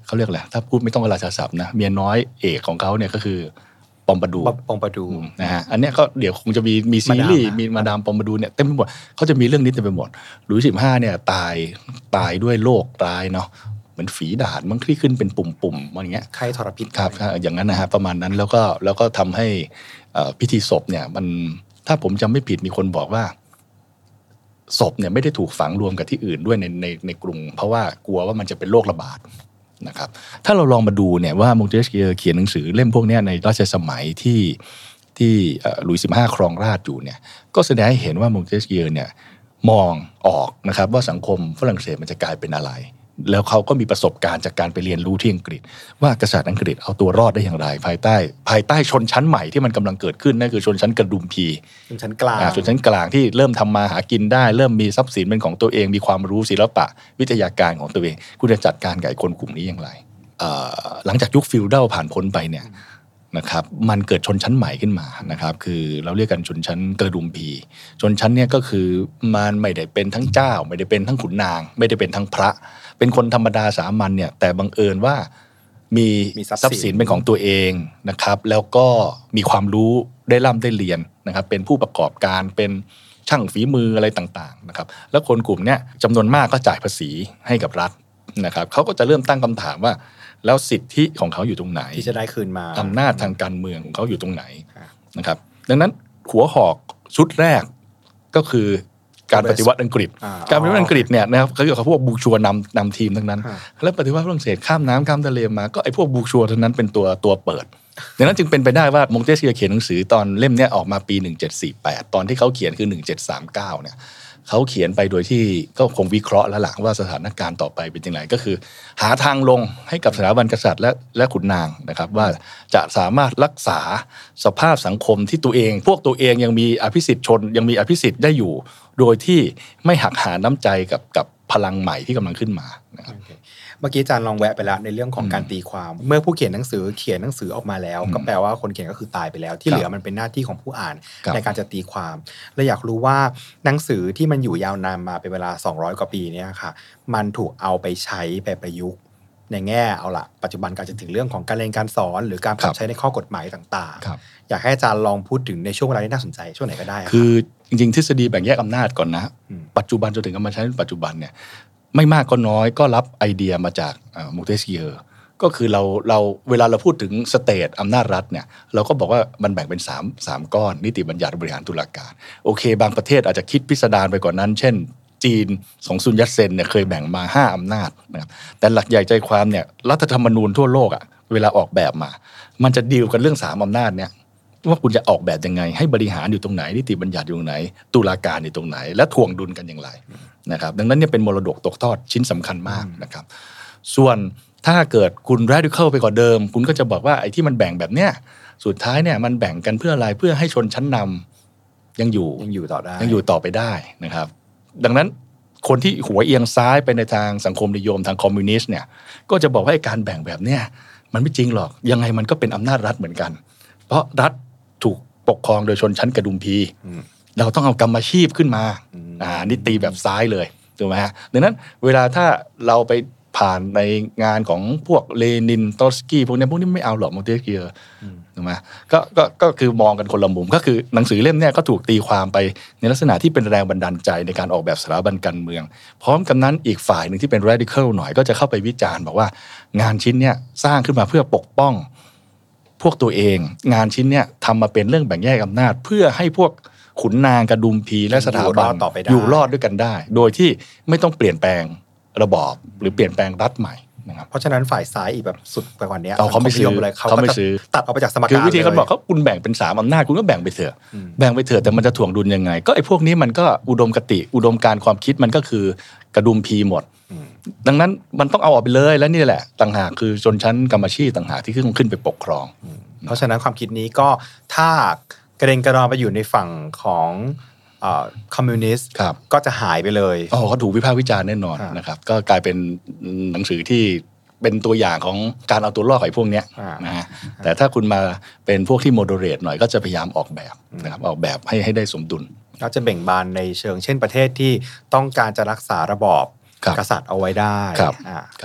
B: เขาเรียกอะไรถ้าพูดไม่ต้องเวลาราชาศัพท์นะเมียน้อยเอกของเขาเนี่ยก็คือปอมปาดูนะฮะอันเนี้ยก็เดี๋ยวคงจะมีซีรีส์มีมาดามปอมปาดูเนี่ยเต็มไปหมดเขาจะมีเรื่องนี้เต็มไปหมดหลุยส์15เนี่ยตายด้วยโรคร้ายเนาะเหมือนฝีดาษมันที่ขึ้นเป็นปุ่มๆอะไรเงี้ย
C: ไข้ทรพิษ
B: ครับอย่างนั้นนะฮะประมาณนั้นแล้วก็ทำให้พิธีศพเนี่ยมันถ้าผมจำไม่ผิดมีคนบอกว่าศพเนี่ยไม่ได้ถูกฝังรวมกับที่อื่นด้วยในกรุงเพราะว่ากลัวว่ามันจะเป็นโรคระบาดนะครับถ้าเราลองมาดูเนี่ยว่ามงเตสเกียร์เขียนหนังสือเล่มพวกนี้ในรัชสมัยที่หลุยส์15ครองราชย์อยู่เนี่ยก็แสดงให้เห็นว่ามงเตสเกียร์เนี่ยมองออกนะครับว่าสังคมฝรั่งเศสมันจะกลายเป็นอะไรแล้วเขาก็มีประสบการณ์จากการไปเรียนรู้ที่อังกฤษว่ากษัตริย์อังกฤษเอาตัวรอดได้อย่างไรภายใต้ชนชั้นใหม่ที่มันกำลังเกิดขึ้นนั่นคือชนชั้นกระดุมพี
C: ชนชั้นกล
B: างที่เริ่มทำมาหากินได้เริ่มมีทรัพย์สินเป็นของตัวเองมีความรู้ศิลปะวิทยาการของตัวเองคุณจะจัดการกับคนกลุ่มนี้อย่างไรหลังจากยุคฟีวดัลผ่านพ้นไปเนี่ยนะครับมันเกิดชนชั้นใหม่ขึ้นมานะครับคือเราเรียกกันชนชั้นกระดุมพีชนชั้นเนี่ยก็คือมันไม่ได้เป็นทั้งเจ้าไม่ได้เป็นทั้งขุนนางไม่ได้เป็นทั้งพระเป็นคนธรรมดาสามัญเนี่ยแต่บังเอิญว่ามีทรัพย์สินเป็นของตัวเองนะครับแล้วก็มีความรู้ได้ร่ำได้เรียนนะครับเป็นผู้ประกอบการเป็นช่างฝีมืออะไรต่างๆนะครับแล้วคนกลุ่มนี้จำนวนมากก็จ่ายภาษีให้กับรัฐนะครับเขาก็จะเริ่มตั้งคำถามว่าแล้วสิทธิของเขาอยู่ตรงไหน
C: ที่จะได้คืนมา
B: อำนาจทางการเมืองของเขาอยู่ตรงไหนนะครับดังนั้นหัวหอกชุดแรกก็คือการปฏิวัติอังกฤษการปฏิวัติอังกฤษเนี่ยนะครับเขาเรียกว่าพวกบูชัวนำทีมทั้งนั้นแล้วปฏิวัติฝรั่งเศสข้ามน้ำข้ามทะเลมาก็ไอ้พวกบูชัวทั้งนั้นเป็นตัวเปิดดังนั้นจึงเป็นไปได้ว่ามงเตสเกียร์เขียนหนังสือตอนเล่มนี้ออกมาปี1748ตอนที่เขาเขียนคือ1739เนี่ยเขาเขียนไปโดยที่ก็คงวิเคราะห์แล้วล่ะว่าสถานการณ์ต่อไปเป็นยังไงก็คือหาทางลงให้กับสถาบันกษัตริย์และขุนนางนะครับว่าจะสามารถรักษาสภาพสังคมที่พวกตัวเองยังมีอภิสิทธิชนยังมีอภิสิทธิ์ได้อยู่โดยที่ไม่หักหาน้ำใจกับพลังใหม่ที่กำลังขึ้นมานะครับ
C: เมื่อกี้อาจารย์ลองแวะไปแล้วในเรื่องของการตีความเมื่อผู้เขียนหนังสือออกมาแล้วก็แปลว่าคนเขียนก็คือตายไปแล้วที่เหลือมันเป็นหน้าที่ของผู้อ่านในการจะตีความและอยากรู้ว่าหนังสือที่มันอยู่ยาวนานมาเป็นเวลา200กว่าปีเนี่ยค่ะมันถูกเอาไปใช้ไปประยุกต์ในแง่เอาละปัจจุบันการจะถึงเรื่องของการเรียนการสอนหรือการปรับใช้ในข้อกฎหมายต่างๆอยากให้อาจารย์ลองพูดถึงในช่วงเวลาที่น่าสนใจช่วงไหนก็ได้
B: คือจริงๆทฤษฎีแบ่งแยกอำนาจก่อนนะปัจจุบันจนถึงมาใช้ในปัจจุบันเนี่ยไม่มากก็น้อยก็รับไอเดียมาจากมงเตสเกียร์ก็คือเราเวลาเราพูดถึงสเตทอำนาจรัฐเนี่ยเราก็บอกว่ามันแบ่งเป็น3ก้อนนิติบัญญัติบริหารตุลาการโอเคบางประเทศอาจจะคิดพิสดารไปกว่านั้นเช่นจีนของซุนยัตเซนเนี่ยเคยแบ่งมา5อำนาจนะครับแต่หลักใหญ่ใจความเนี่ยรัฐธรรมนูญทั่วโลกอ่ะเวลาออกแบบมามันจะดีลกันเรื่อง3อำนาจเนี่ยว่าคุณจะออกแบบยังไงให้บริหารอยู่ตรงไหนนิติบัญญัติอยู่ตรงไหนตุลาการอยู่ตรงไหนและถ่วงดุลกันอย่างไรนะครับดังนั้นเนี่ยเป็นมรดกตกทอดชิ้นสำคัญมากนะครับส่วนถ้าเกิดคุณ radical ไปกว่าเดิมคุณก็จะบอกว่าไอ้ที่มันแบ่งแบบเนี้ยสุดท้ายเนี่ยมันแบ่งกันเพื่ออะไรเพื่อให้ชนชั้นนำยังอยู่
C: ต่อได้
B: ยังอยู่ต่อไปได้นะครับดังนั้นคนที่หัวเอียงซ้ายไปในทางสังคมนิยมทางคอมมิวนิสต์เนี่ยก็จะบอกว่าการแบ่งแบบเนี้ยมันไม่จริงหรอกยังไงมันก็เป็นอำนาจรัฐเหมือนกันเพราะรัฐถูกปกครองโดยชนชั้นกระดุมพีเราต้องเอากรรมอาชีพขึ้นมานี่ตีแบบซ้ายเลยถูกไหมฮะดังนั้นเวลาถ้าเราไปผ่านในงานของพวกเลนินโตสกี้พวกนี้ไม่เอาหรอกมงเตสเกียร์ถูกไหมก็คือมองกันคนละมุมก็คือหนังสือเล่มนี้ก็ถูกตีความไปในลักษณะที่เป็นแรงบันดาลใจในการออกแบบสถาบันการเมืองพร้อมกันนั้นอีกฝ่ายหนึ่งที่เป็น radical หน่อยก็จะเข้าไปวิจารณ์บอกว่างานชิ้นเนี้ยสร้างขึ้นมาเพื่อปกป้องพวกตัวเองงานชิ้นเนี้ยทำมาเป็นเรื่องแบ่งแยกอำนาจเพื่อให้พวกขุนนางกระดุมพีและสถาบันอยู่รอดด้วยกันได้โดยที่ไม่ต้องเปลี่ยนแปลงระบอบหรือเปลี่ยนแปลงรัฐใหม่นะครับ
C: เพราะฉะนั้นฝ่ายซ้ายอีกแบบสุดไปกว่านี้
B: เขาไม่ซื้อเลยเขาไม่ซื้อ
C: ตัดออกไปจากสมการ
B: คือวิธีเขาบอกเขาคุณแบ่งเป็น3อำนาจคุณก็แบ่งไปเถอะแต่มันจะถ่วงดุลยังไงก็ไอ้พวกนี้มันก็อุดมการความคิดมันก็คือกระดุมพีหมดดังนั้นมันต้องเอาออกไปเลยและนี่แหละต่างหากคือชนชั้นกรรมอาชีพต่างหากที่ขึ้นไปปกครอง
C: เพราะฉะนั้นความคิดนี้ก็ถ้ากระเด็นกระดอนไปอยู่ในฝั่งของคอมมิวนิสต์ก็จะหายไปเลย
B: เขาถูกวิพากษ์วิจารณ์แน่นอนนะครับก็กลายเป็นหนังสือที่เป็นตัวอย่างของการเอาตัวรอดของพวกนี้นะฮะแต่ถ้าคุณมาเป็นพวกที่โมเดเรตหน่อยก็จะพยายามออกแบบนะครับออกแบบให้ได้สมดุล
C: ก็จะเบ่งบานในเชิงเช่นประเทศที่ต้องการจะรักษาระบอบกษัตริย์เอาไว้ได้
B: ครับ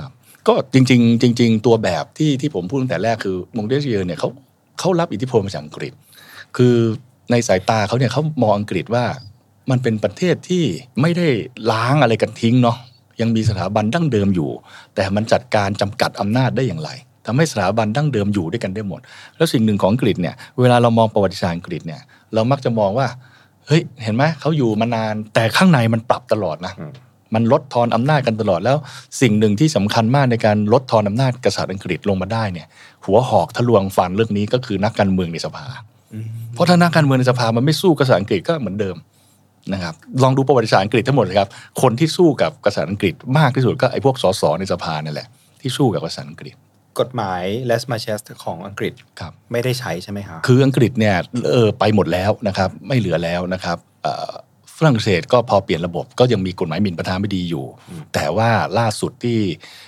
B: ก็จริงตัวแบบที่ผมพูดตั้งแต่แรกคือมงเตสเกียร์เนี่ยเขารับอิทธิพลมาจากอังกฤษคือในสายตาเขาเนี่ยเขามองอังกฤษว่ามันเป็นประเทศที่ไม่ได้ล้างอะไรกันทิ้งเนาะยังมีสถาบันดั้งเดิมอยู่แต่มันจัดการจำกัดอำนาจได้อย่างไรทำให้สถาบันดั้งเดิมอยู่ด้วยกันได้หมดแล้วสิ่งหนึ่งของอังกฤษเนี่ยเวลาเรามองประวัติศาสตร์อังกฤษเนี่ยเรามักจะมองว่าเฮ้ยเห็นไหมเขาอยู่มานานแต่ข้างในมันปรับตลอดนะมันลดทอนอำนาจกันตลอดแล้วสิ่งหนึ่งที่สำคัญมากในการลดทอนอำนาจกษัตริย์อังกฤษลงมาได้เนี่ยหัวหอกทะลวงฟันเรื่องนี้ก็คือนักการเมืองในสภาเพราะถ้านักการเมืองในสภามันไม่สู้กษัตริย์อังกฤษก็เหมือนเดิมนะครับลองดูประวัติศาสตร์อังกฤษทั้งหมดเลยครับคนที่สู้กับกษัตริย์อังกฤษมากที่สุดก็ไอ้พวกสสในสภานั่นแหละที่สู้กับกษัตริย์อังกฤษ
C: กฎหมายเลสมาเชสของอังกฤษไม่ได้ใช้ใช่ไหมครับ
B: คืออังกฤษเนี่ยไปหมดแล้วนะครับไม่เหลือแล้วนะครับฝรั่งเศสก็พอเปลี่ยนระบบก็ยังมีกฎหมายหมิ่นประธานาธิบดีอยู่แต่ว่าล่าสุดที่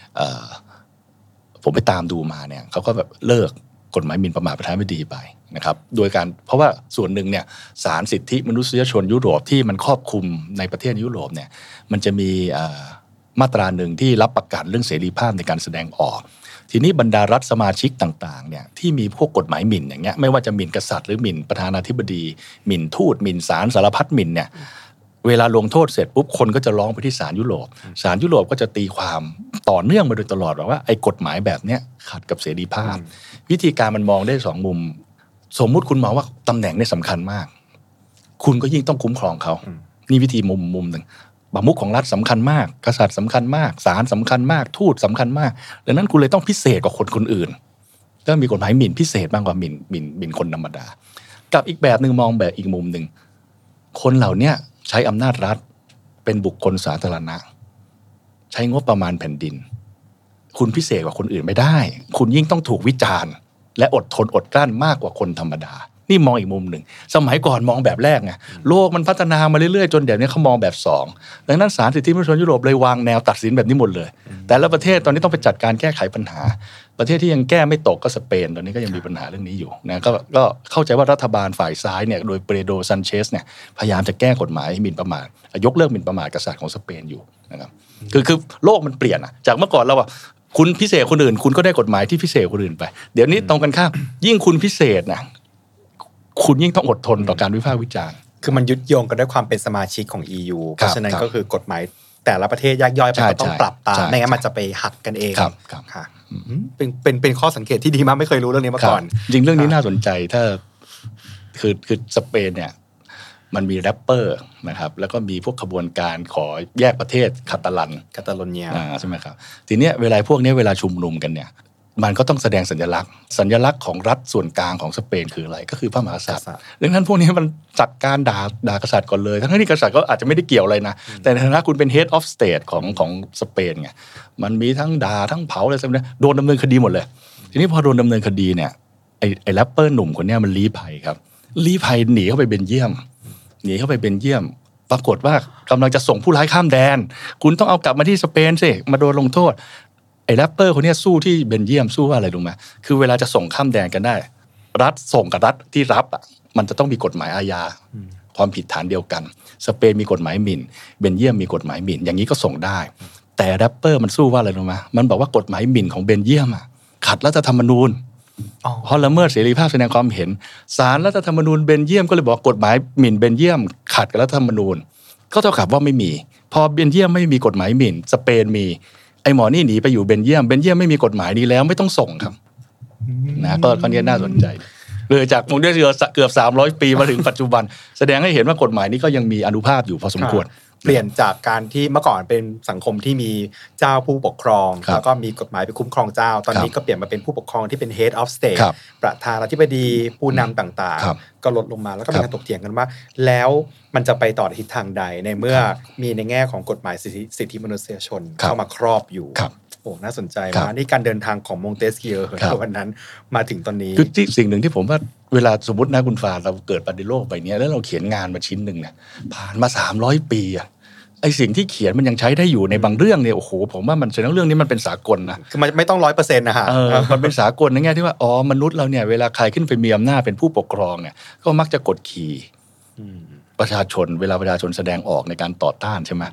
B: ผมไปตามดูมาเนี่ยเขาก็แบบเลิกกฎหมายหมิ่นประมาทประธานาธิบดีไปนะครับโดยการเพราะว่าส่วนหนึ่งเนี่ยศาลสิทธิมนุษยชนยุโรปที่มันครอบคลุมในประเทศยุโรปเนี่ยมันจะมีมาตราหนึ่งที่รับประกันเรื่องเสรีภาพในการแสดงออกทีนี้บรรดารัฐสมาชิกต่างๆเนี่ยที่มีพวกกฎหมายหมิ่นอย่างเงี้ยไม่ว่าจะหมิ่นกษัตริย์หรือหมิ่นประธานาธิบดีหมิ่นทูตหมิ่นศาลสารพัดหมิ่นเนี่ยเวลาลงโทษเสร็จปุ๊บคนก็จะร้องไปที่ศาลยุโรปศาลยุโรปก็จะตีความต่อเนื่องมาโดยตลอดว่าไอ้กฎหมายแบบเนี้ยขัดกับเสรีภาพวิธีการมันมองได้สองมุมสมมุติคุณมองว่าตำแหน่งนี่สำคัญมากคุณก็ยิ่งต้องคุ้มครองเขานี่วิธีมุมหนึ่งประมุขของรัฐสำคัญมากกษัตริย์สำคัญมากศาลสำคัญมากทูตสำคัญมากดังนั้นคุณเลยต้องพิเศษกว่าคนอื่นก็มีกฎหมายหมิ่นพิเศษมากกว่าหมิ่นคนธรรมดากับอีกแบบหนึ่งมองแบบอีกมุมหนึ่งคนเหล่านี้ใช้อำนาจรัฐเป็นบุคคลสาธารณะใช้งบประมาณแผ่นดินคุณพิเศษกว่าคนอื่นไม่ได้คุณยิ่งต้องถูกวิจารณ์และอดทนอดกลั้นมากกว่าคนธรรมดานี่มองอีกมุมหนึ่งสมัยก่อนมองแบบแรกไงโลกมันพัฒนามาเรื่อยๆจนเดี๋ยวนี้เขามองแบบสองดังนั้นศาลสิทธิมนุษยชนยุโรปเลยวางแนวตัดสินแบบนี้หมดเลยแต่ละประเทศตอนนี้ต้องไปจัดการแก้ไขปัญหาประเทศที่ยังแก้ไม่ตกก็สเปนตอนนี้ก็ยังมีปัญหาเรื่องนี้อยู่นะก็เข้าใจว่ารัฐบาลฝ่ายซ้ายเนี่ยโดยเปโดรซันเชสเนี่ยพยายามจะแก้กฎหมายหมิ่นประมาทยกเลิกหมิ่นประมาทกษัตริย์ของสเปนอยู่นะครับคือโลกมันเปลี่ยนจากเมื่อก่อนเราว่าคุณพิเศษคนอื่นคุณก็ได้กฎหมายที่พิเศษคนอื่นไปเดี๋ยวนี้ตรงกันข้ามยิ่งคุณพิเศษนะคุณยิ่งต้องอดทนต่อการวิพากษ์วิจารณ์
C: คือมันยึดโยงกันด้วยความเป็นสมาชิกของ EU เพราะฉะนั้นก็คือกฎหมายแต่ละประเทศแยกย่อยไปก็ต้องปรับตามไม่งั้นมันจะไปหักกันเองค่ะเป็นข้อสังเกตที่ดีมากไม่เคยรู้เรื่องนี้มาก่อน
B: จริงเรื่องนี้น่าสนใจถ้าคือสเปนเนี่ยมันมีแรปเปอร์นะครับแล้วก็มีพวกขบวนการขอแยกประเทศคาตาโลเนียใช่ไหมครับทีเนี้ยเวลาพวกนี้เวลาชุมนุมกันเนี่ยมันก็ต้องแสดงสัญลักษณ์ของรัฐส่วนกลางของสเปนคืออะไรก็คือพระมหากษัตริย์ดังนั้นพวกนี้มันจัดการด่ากษัตริย์ก่อนเลยทั้งที่กษัตริย์ก็อาจจะไม่ได้เกี่ยวอะไรนะแต่ในฐานะคุณเป็น head of state ของสเปนไงมันมีทั้งด่าทั้งเผาอะไรสักอย่างโดนดำเนินคดีหมดเลยทีนี้พอโดนดำเนินคดีเนี่ยไอ้แรปเปอร์หนุ่มคนนี้มันลี้ภัยครับลี้ภัยหนีเข้าไปเบลเยียมปรากฏว่ากำลังจะส่งผู้ร้ายข้ามแดนคุณต้องเอากลับมาที่สเปนสิมาโดนลงโทษไอ้แรปเปอร์คนนี้สู้ที่เบลเยียมสู้ว่าอะไรรู้ไหมคือเวลาจะส่งข้ามแดนกันได้รัฐส่งกับรัฐที่รับมันจะต้องมีกฎหมายอาญาความผิดฐานเดียวกันสเปนมีกฎหมายหมิ่นเบลเยียมมีกฎหมายหมิ่นอย่างนี้ก็ส่งได้แต่แรปเปอร์มันสู้ว่าอะไรรู้ไหมมันบอกว่ากฎหมายหมิ่นของเบลเยียมขัดรัฐธรรมนูญเพราะละเมิดเสรีภาพแสดงความเห็นศาลรัฐธรรมนูญเบลเยียมก็เลยบอกกฎหมายหมิ่นเบลเยียมขัดกับรัฐธรรมนูญก็เท่ากับว่าไม่มีพอเบลเยียมไม่มีกฎหมายหมิ่นสเปนมีไอ้หมอนี่หนีไปอยู่เบลเยียมไม่มีกฎหมายนี้แล้วไม่ต้องส่งครับนะก็นี้น่าสนใจเลยจากมงได้เกือบ300ปีมาถึงปัจจุบันแสดงให้เห็นว่ากฎหมายนี้ก็ยังมีอานุภาพอยู่พอสมควร
C: เปลี่ยนจากการที่เมื่อก่อนเป็นสังคมที่มีเจ้าผู้ปกครองแล้วก็มีกฎหมายไปคุ้มครองเจ้าตอนนี้ก็เปลี่ยนมาเป็นผู้ปกครองที่เป็น head of state ประธานาธิบดีผู้นำต่างๆก็ลดลงมาแล้วก็มีการถกเถียงกันว่าแล้วมันจะไปต่อทิศทางใดในเมื่อมีในแง่ของกฎหมายสิทธิมนุษยชนเข้ามาครอบอยู่โอ้น่าสนใจมากนี่การเดินทางของมงเตสเกียร์วันนั้นมาถึงตอนนี้
B: คือสิ่งหนึ่งที่ผมว่าเวลาสมมตินะคุณฟาเราเกิดในโลกใบนี้แล้วเราเขียนงานมาชิ้นหนึ่งเนี่ยผ่านมา300 ปีไอ้สิ่งที่เขียนมันยังใช้ได้อยู่ในบางเรื่องเนี่ยโอ้โหผมว่ามันแสดงเรื่องนี้มันเป็นสากลนะ
C: คือมันไม่ต้อง 100% นะฮะ
B: มันเป็นสากลในแง่ที่ว่ามนุษย์เราเนี่ยเวลาใครขึ้นไปมีอำนาจเป็นผู้ปกครองเนี่ยก็มักจะกดขี่ประชาชนเวลาประชาชนแสดงออกในการต่อต้านใช่ไหม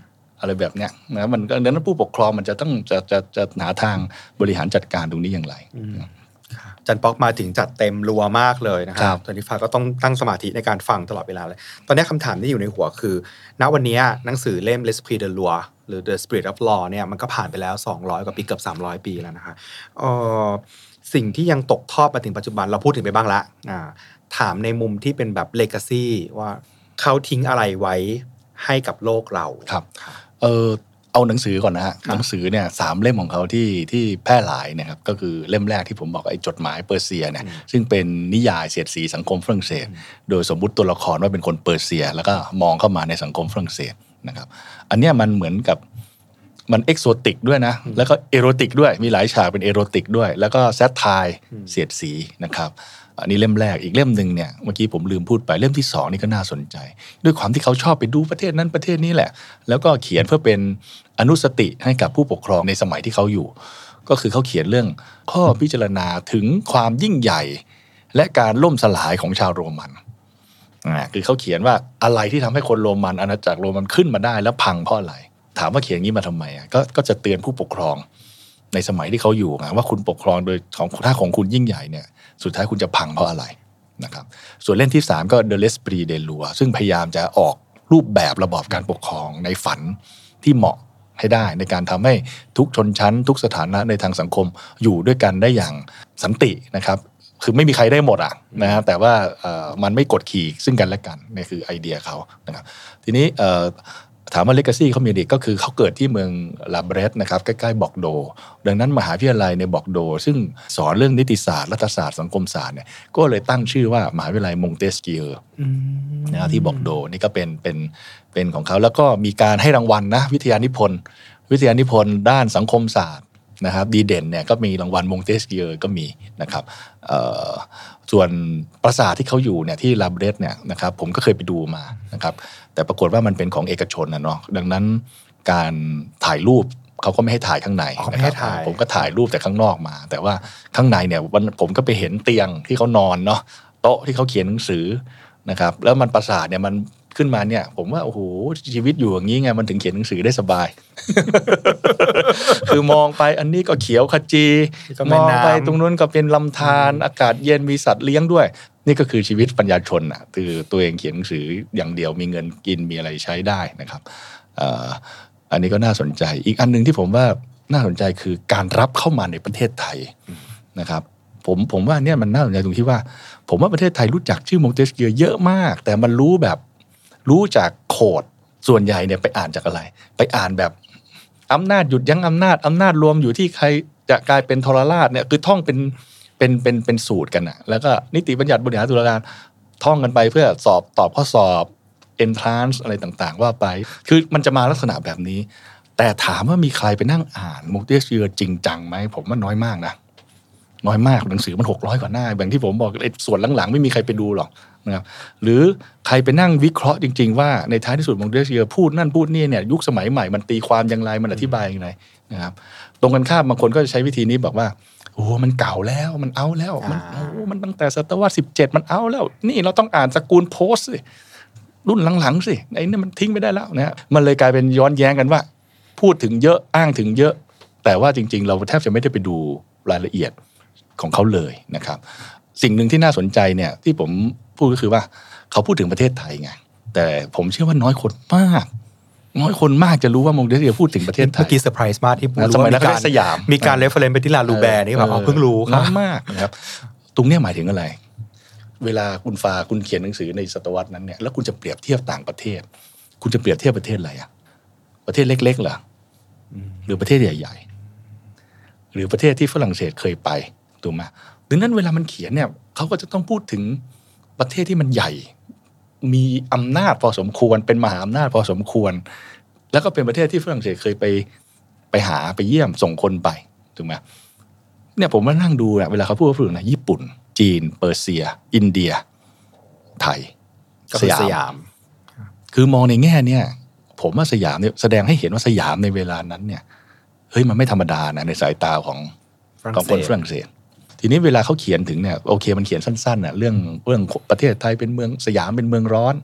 B: อะไรแบบเนี้ยนะมันก็ดังนั้นผู้ปกครองมันจะต้องจะหาทางบริหารจัดการตรงนี้อย่างไร
C: จันป๊อกมาถึงจัดเต็มรัวมากเลยนะครับตอนนี้ฟ้าก็ต้องตั้งสมาธิในการฟังตลอดเวลาเลยตอนนี้คำถามที่อยู่ในหัวคือณวันนี้หนังสือเล่ม L'Esprit de Loi หรือ The Spirit of Law เนี่ยมันก็ผ่านไปแล้ว200กว่าปีเกือบ300 ปีแล้วนะคะสิ่งที่ยังตกทอดมาถึงปัจจุบันเราพูดถึงไปบ้างละถามในมุมที่เป็นแบบ legacy ว่าเขาทิ้งอะไรไว้ให้กับโลกเรา
B: ครับเอาหนังสือก่อนนะฮะหนังสือเนี่ย3เล่มของเขาที่แพร่หลายนะครับก็คือเล่มแรกที่ผมบอกไอ้จดหมายเปอร์เซียเนี่ยซึ่งเป็นนิยายเสียดสีสังคมฝรั่งเศสโดยสมมุติตัวละครว่าเป็นคนเปอร์เซียแล้วก็มองเข้ามาในสังคมฝรั่งเศสนะครับอันเนี้ยมันเหมือนกับมันเอกโซติกด้วยนะแล้วก็เอโรติกด้วยมีหลายฉากเป็นเอโรติกด้วยแล้วก็แซทไทร์เสียดสีนะครับอันนี้เล่มแรกอีกเล่มหนึ่งเนี่ยเมื่อกี้ผมลืมพูดไปเล่มที่2นี่ก็น่าสนใจด้วยความที่เขาชอบไปดูประเทศนั้นประเทศนี้แหละแล้วก็เขียนเพื่อเป็นอนุสติให้กับผู้ปกครองในสมัยที่เขาอยู่ก็คือเขาเขียนเรื่องข้อพิจารณาถึงความยิ่งใหญ่และการล่มสลายของชาวโรมันคือเขาเขียนว่าอะไรที่ทำให้คนโรมันอาณาจักรโรมันขึ้นมาได้แล้วพังเพราะอะไรถามว่าเขียนงี้มาทำไมก็จะเตือนผู้ปกครองในสมัยที่เขาอยู่ว่าคุณปกครองโดยถ้าของคุณยิ่งใหญ่เนี่ยสุดท้ายคุณจะพังเพราะอะไรนะครับส่วนเล่มที่3ก็ The L'Esprit de Loi ซึ่งพยายามจะออกรูปแบบระบอบการปกครองในฝันที่เหมาะให้ได้ในการทำให้ทุกชนชั้นทุกสถานะในทางสังคมอยู่ด้วยกันได้อย่างสันตินะครับคือไม่มีใครได้หมดนะฮะแต่ว่ามันไม่กดขี่ซึ่งกันและกันนี่คือไอเดียเขานะครับทีนี้ถามว่า legacy เขามีเด็กก็คือเขาเกิดที่เมืองลาเบรสนะครับใกล้ๆบอกโดดังนั้นมหาวิทยาลัยในบอกโดซึ่งสอนเรื่องนิติศาสตร์รัฐศาสตร์สังคมศาสตร์เนี่ยก็เลยตั้งชื่อว่ามหาวิทยาลัยมงเตสเกียร์นะที่บอกโดนี่ก็เป็นของเขาแล้วก็มีการให้รางวัลนะวิทยานิพนธ์ด้านสังคมศาสตร์นะครับดีเด่นเนี่ยก็มีรางวัลมงเตสเกียร์ก็มีนะครับส่วนปราสาทที่เขาอยู่เนี่ยที่ลาเบรสเนี่ยนะครับผมก็เคยไปดูมานะครับแต่ปรากฏว่ามันเป็นของเอกชนนะเนาะดังนั้นการถ่ายรูปเขาก็ไม่ให้ถ่ายข้างในนะครับผมก็ถ่ายรูปแต่ข้างนอกมาแต่ว่าข้างในเนี่ยผมก็ไปเห็นเตียงที่เขานอนเนาะโต๊ะที่เขาเขียนหนังสือนะครับแล้วมันปราสาทเนี่ยมันขึ้นมาเนี่ยผมว่าโอ้โหชีวิตอยู่อย่างนี้ไงมันถึงเขียนหนังสือได้สบาย คือมองไปอันนี้ก็เขียวขจีมองไปตรงนู้นก็เป็นลำธารอากาศเย็นมีสัตว์เลี้ยงด้วยนี่ก็คือชีวิตปัญญาชนอ่ะคือตัวเองเขียนหนังสืออย่างเดียวมีเงินกินมีอะไรใช้ได้นะครับอันนี้ก็น่าสนใจอีกอันนึงที่ผมว่าน่าสนใจคือการรับเข้ามาในประเทศไทยนะครับผมว่าเนี่ยมันน่าสนใจตรงที่ว่าผมว่าประเทศไทยรู้จักชื่อมงเตสเกียร์เยอะมากแต่มันรู้จากโคดส่วนใหญ่เนี่ยไปอ่านจากอะไรไปอ่านแบบอำนาจหยุดยั้งอำนาจรวมอยู่ที่ใครจะกลายเป็นทรราชเนี่ยคือท่องเป็นสูตรกันนะแล้วก็นิติบัญญัติบริหารตุลาการท่องกันไปเพื่อตอบข้อสอบ entrance อะไรต่างๆว่าไปคือมันจะมาลักษณะแบบนี้แต่ถามว่ามีใครไปนั่งอ่านมงเตสเกียร์จริงจังไหมผมว่าน้อยมากนะน้อยมากหนังสือมัน600กว่าหน้าแบบที่ผมบอกส่วนหลังๆไม่มีใครไปดูหรอกนะครับหรือใครไปนั่งวิเคราะห์จริงๆว่าในท้ายที่สุดมงเตสเกียร์พูดนั่นพูดนี่เนี่ยยุคสมัยใหม่มันตีความอย่างไรมันอธิบายอย่างไรนะครับตรงกันข้ามบางคนก็จะใช้วิธีนี้บอกว่าโอ้มันเก่าแล้วมันเอาแล้วมันตั้งแต่ศตวรรษ17มันเอาแล้วนี่เราต้องอ่านสกุลโพสต์สิรุ่นหลังๆสิไอ้นี่มันทิ้งไม่ได้แล้วนะฮะมันเลยกลายเป็นย้อนแย้งกันว่าพูดถึงเยอะอ้างถึงเยอะแต่ว่าจริงๆเราแทบจะไม่ได้ไปดูรายละเอียดของเขาเลยนะครับสิ่งหนึ่งที่น่าสนใจเนี่ยที่ผมพูดก็คือว่าเขาพูดถึงประเทศไทยไงแต่ผมเชื่อว่าน้อยคนมากจะรู้ว่ามงเตสเกียร์พูดถึงประเทศไทย
C: เมื่อกี้เซอร์ไพรส์มากที่ผมรู้
B: ว่ามี
C: การเรฟเฟอเรนซ์ไปที่ลาลูแบร์นี่แบบเพิ่งรู้
B: น้อยมากนะครับตรงนี้หมายถึงอะไรเวลาคุณเขียนหนังสือในศตวรรษนั้นเนี่ยแล้วคุณจะเปรียบเทียบต่างประเทศคุณจะเปรียบเทียบประเทศอะไรอะประเทศเล็กๆเหรอหรือประเทศใหญ่ๆหรือประเทศที่ฝรั่งเศสเคยไปถูกไหมดังนั้นเวลามันเขียนเนี่ยเขาก็จะต้องพูดถึงประเทศที่มันใหญ่มีอำนาจพอสมควรเป็นมหาอำนาจพอสมควรแล้วก็เป็นประเทศที่ฝรั่งเศสเคยไปหาไปเยี่ยมส่งคนไปถูกไหมเนี่ยผมมานั่งดูเนี่ยเวลาเขาพูดนะญี่ปุ่นจีนเปอร์เซียอินเดียไทยสยามคือมองในแง่เนี่ยผมว่าสยามเนี่ยแสดงให้เห็นว่าสยามในเวลานั้นเนี่ยเฮ้ยมันไม่ธรรมดานะในสายตาของคนฝรั่งเศสทีนี้เวลาเขาเขียนถึงเนี่ยโอเคมันเขียนสั้นๆน่ะเรื่องประเทศไทยเป็นเมืองสยามเป็นเมืองร้อน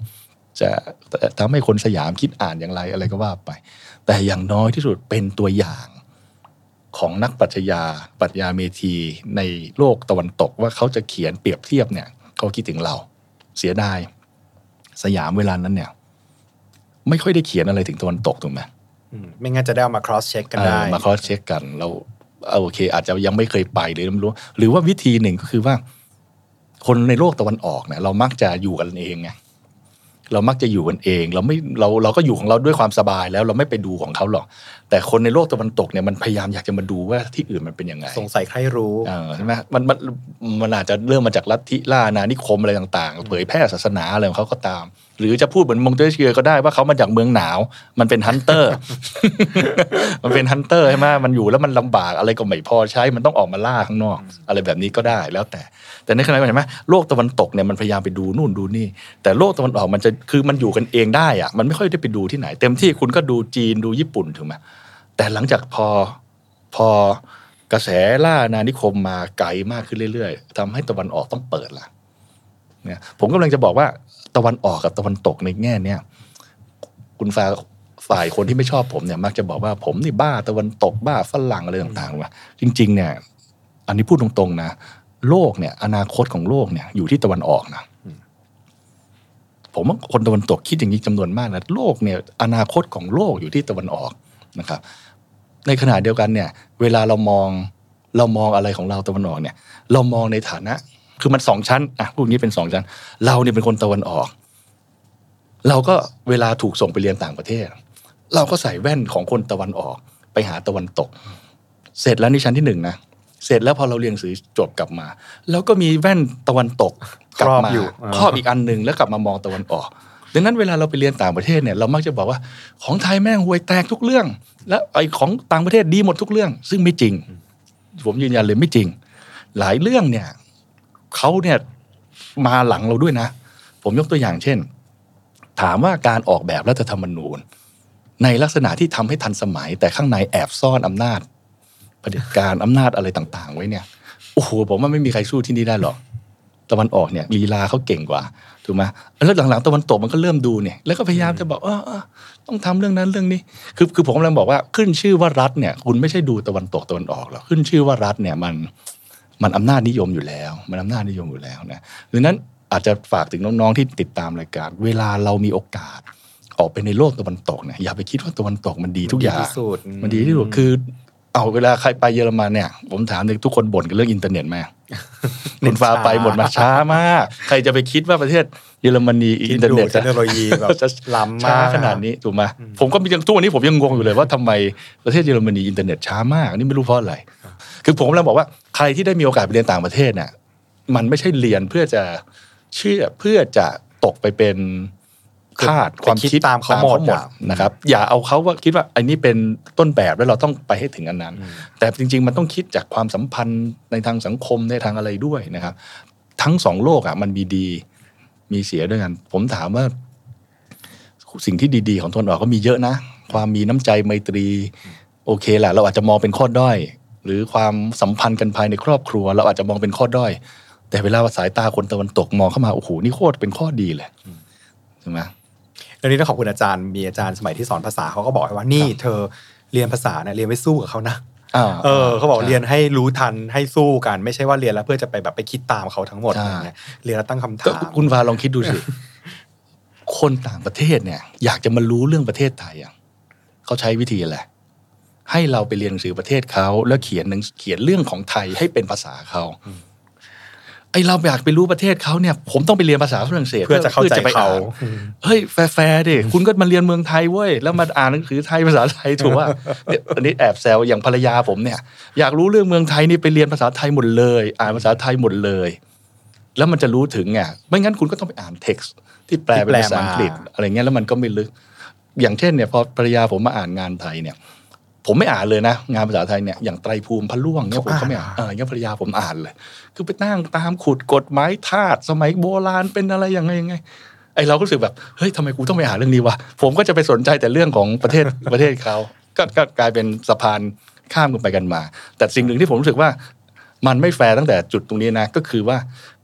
B: จะทำให้คนสยามคิดอ่านอย่างไรอะไรก็ว่าไปแต่อย่างน้อยที่สุดเป็นตัวอย่างของนักปรัชญาปรัชญาเมธีในโลกตะวันตกว่าเขาจะเขียนเปรียบเทียบเนี่ยเขาคิดถึงเราเสียดายสยามเวลานั้นเนี่ยไม่ค่อยได้เขียนอะไรถึงตะวันตกถูกไหม
C: ไม่งั้นจะได้เอามา cross check กันได้
B: มา cross check กันเราโอเคอาจจะยังไม่เคยไปหรือไม่รู้หรือว่าวิธีหนึ่งก็คือว่าคนในโลกตะวันออกเนี่ยเรามักจะอยู่กันเองไงเรามักจะอยู่กันเองเราก็อยู่ของเราด้วยความสบายแล้วเราไม่ไปดูของเขาหรอกแต่คนในโลกตะวันตกเนี่ยมันพยายามอยากจะมาดูว่าที่อื่นมันเป็นยังไง
C: สงสัยใครรู้
B: ใช่ไหมมันอาจจะเริ่มมาจากลัทธิล่าอาณานิคมอะไรต่างๆเผยแพร่ศาสนาอะไรของเขาก็ตามหรือจะพูดเหมือนมงเตสเชียก็ได้ว่าเขามาจากเมืองหนาวมันเป็นฮันเตอร์ มันเป็นฮันเตอร์ใช่ไหมมันอยู่แล้วมันลำบากอะไรก็ไม่พอใช้มันต้องออกมาล่าข้างนอกอะไรแบบนี้ก็ได้แล้วแต่ในขณะเดียวกันเห็นไหมโลกตะวันตกเนี่ยมันพยายามไปดูนู่นดูนี่แต่โลกตะวันออกมันจะคือมันอยู่กันเองได้อะมันไม่ค่อยได้ไปดูที่ไหนเต็มที่คุณก็ดูจีนดูญี่ปุ่นถูกไหมแต่หลังจากพอกระแสล่าอาณานิคมมาไกลมากขึ้นเรื่อยๆทำให้ตะวันออกต้องเปิดละเนี่ยผมกำลังจะบอกว่าตะวันออกกับตะวันตกในแง่เนี้ยคุณฝ่ายคนที่ไม่ชอบผมเนี่ยมักจะบอกว่าผมนี่บ้าตะวันตกบ้าฝรั่งอะไรต่างๆว่ะจริงๆเนี่ยอันนี้พูดตรงๆนะโลกเนี่ยอนาคตของโลกเนี่ยอยู่ที่ตะวันออกนะผมว่าคนตะวันตกคิดอย่างนี้จำนวนมากนะโลกเนี่ยอนาคตของโลกอยู่ที่ตะวันออกนะครับในขณะเดียวกันเนี่ยเวลาเรามองอะไรของเราตะวันออกเนี่ยเรามองในฐานะคือมัน2ชั้นอ่ะพูดงี้เป็น2ชั้นเราเนี่ยเป็นคนตะวันออกเราก็เวลาถูกส่งไปเรียนต่างประเทศเราก็ใส่แว่นของคนตะวันออกไปหาตะวันตกเสร็จแล้วนี่ชั้นที่1นะเสร็จแล้วพอเราเรียนหนังสือจบกลับมาแล้วก็มีแว่นตะวันตกกลับมาครอบอีกอันนึงแล้วกลับมามองตะวันออกดังนั้นเวลาเราไปเรียนต่างประเทศเนี่ยเรามักจะบอกว่าของไทยแม่งห่วยแตกทุกเรื่องแล้วไอ้ของต่างประเทศดีหมดทุกเรื่องซึ่งไม่จริงผมยืนยันเลยไม่จริงหลายเรื่องเนี่ยเขาเนี่ยมาหลังเราด้วยนะผมยกตัวอย่างเช่นถามว่าการออกแบบรัฐธรรมนูญในลักษณะที่ทำให้ทันสมัยแต่ข้างในแอบซ่อนอำนาจเผด็จการอำนาจอะไรต่างๆไว้เนี่ยโอ้โหผมว่าไม่มีใครสู้ที่นี่ได้หรอกตะวันออกเนี่ยลีลาเขาเก่งกว่าถูกไหมแล้วหลังๆตะวันตกมันก็เริ่มดูเนี่ยแล้วก็พยายามจะบอกต้องทำเรื่องนั้นเรื่องนี้คือผมกำลังบอกว่าขึ้นชื่อว่ารัฐเนี่ยคุณไม่ใช่ดูตะวันตกตะวันออกหรอกขึ้นชื่อว่ารัฐเนี่ยมันอำนาจนิยมอยู่แล้วมันอำนาจนิยมอยู่แล้วนะดังนั้นอาจจะฝากถึงน้องๆที่ติดตามรายการเวลาเรามีโอกาสออกไปในโลกตะวันตกเนี่ยอย่าไปคิดว่าตะวันตกมันดีทุกอย่างมันดีที่สุดคือเอาเวลาใครไปเยอรมันเนี่ยผมถามเลยทุกคนบ่นกันเรื่องอินเทอร์เน็ตไหมคุณฟ้าไปหมดมาช้ามากใครจะไปคิดว่าประเทศเยอรมนีอินเทอร์เน็ต
C: เทคโนโลยีแบบล้ำมาก
B: ช้าขนาดนี้ถูกไหมผมก็ทุกวันนี้ผมยังงงอยู่เลยว่าทำไมประเทศเยอรมนีอินเทอร์เน็ตช้ามากนี่ไม่รู้เพราะอะไรคือผมกำลังบอกว่าใครที่ได้มีโอกาสไปเรียนต่างประเทศเนี่ยมันไม่ใช่เรียนเพื่อจะเชื่อเพื่อจะตกไปเป็นคาดความคิด
C: ตามเขาหมด
B: นะครับอย่าเอาเขาว่าคิดว่าอันนี้เป็นต้นแบบแล้วเราต้องไปให้ถึงอันนั้นแต่จริงๆมันต้องคิดจากความสัมพันธ์ในทางสังคมในทางอะไรด้วยนะครับทั้งสองโลกอ่ะมันมีดีมีเสียด้วยกันผมถามว่าสิ่งที่ดีๆของตะวันออกก็มีเยอะนะความมีน้ำใจไมตรีโอเคแหละเราอาจจะมองเป็นข้อด้อยหรือความสัมพันธ์กันภายในครอบครัวเราอาจจะมองเป็นข้อด้อยแต่เวลาสายตาคนตะวันตกมองเข้ามาโอ้โหนี่โคตรเป็นข้อดีเลยใช่ไหม
C: เรื่องนี้ต้องขอบคุณอาจารย์มีอาจารย์สมัยที่สอนภาษาเขาก็บอกว่านี่เธอเรียนภาษาเนี่ยเรียนไว้สู้กับเขานะเขาบอกเรียนให้รู้ทันให้สู้กันไม่ใช่ว่าเรียนแล้วเพื่อจะไปแบบไปคิดตามเขาทั้งหมดอะไรเงี้ยเรียนแล้วตั้งคำถาม
B: คุณวาลองคิดดูสิ คนต่างประเทศเนี่ยอยากจะมารู้เรื่องประเทศไทยเขาใช้วิธีอะไรให้เราไปเรียนหนังสือประเทศเขาแล้วเขียนเรื่องของไทยให้เป็นภาษาเขาไอเราอยากไปรู้ประเทศเขาเนี่ยผมต้องไปเรียนภาษาฝรั่งเศส
C: เพื่อจะเข้าใจเขา
B: เฮ้ยแฟร์ดิคุณก็มาเรียนเมืองไทยเว้ยแล้วมาอ่านหนังสือไทยภาษาไทยถูกว่าเนี่ยอันนี้แอบแซวอย่างภรรยาผมเนี่ยอยากรู้เรื่องเมืองไทยนี่ไปเรียนภาษาไทยหมดเลยอ่านภาษาไทยหมดเลยแล้วมันจะรู้ถึงไงไม่งั้นคุณก็ต้องไปอ่านเท็กซ์ที่แปลเป็นภาษาอังกฤษอะไรเงี้ยแล้วมันก็ไม่ลึกอย่างเช่นเนี่ยพอภรรยาผมมาอ่านงานไทยเนี่ยผมไม่อ่านเลยนะงานภาษาไทยเนี่ยอย่างไตรภูมิพระล่วงเนี่ยผมก็ไม่อ่านอย่างภรรยาผมอ่านเลยคือไปนั่งตามขุดกฎหมายทาสสมัยโบราณเป็นอะไรยังไงไอเราก็รู้สึกแบบเฮ้ยทำไมกูต้องไปอ่านเรื่องนี้วะผมก็จะไปสนใจแต่เรื่องของประเทศเขาก็กลายเป็นสะพานข้ามกันไปกันมาแต่สิ่งหนึ่งที่ผมรู้สึกว่ามันไม่แฟร์ตั้งแต่จุดตรงนี้นะก็คือว่า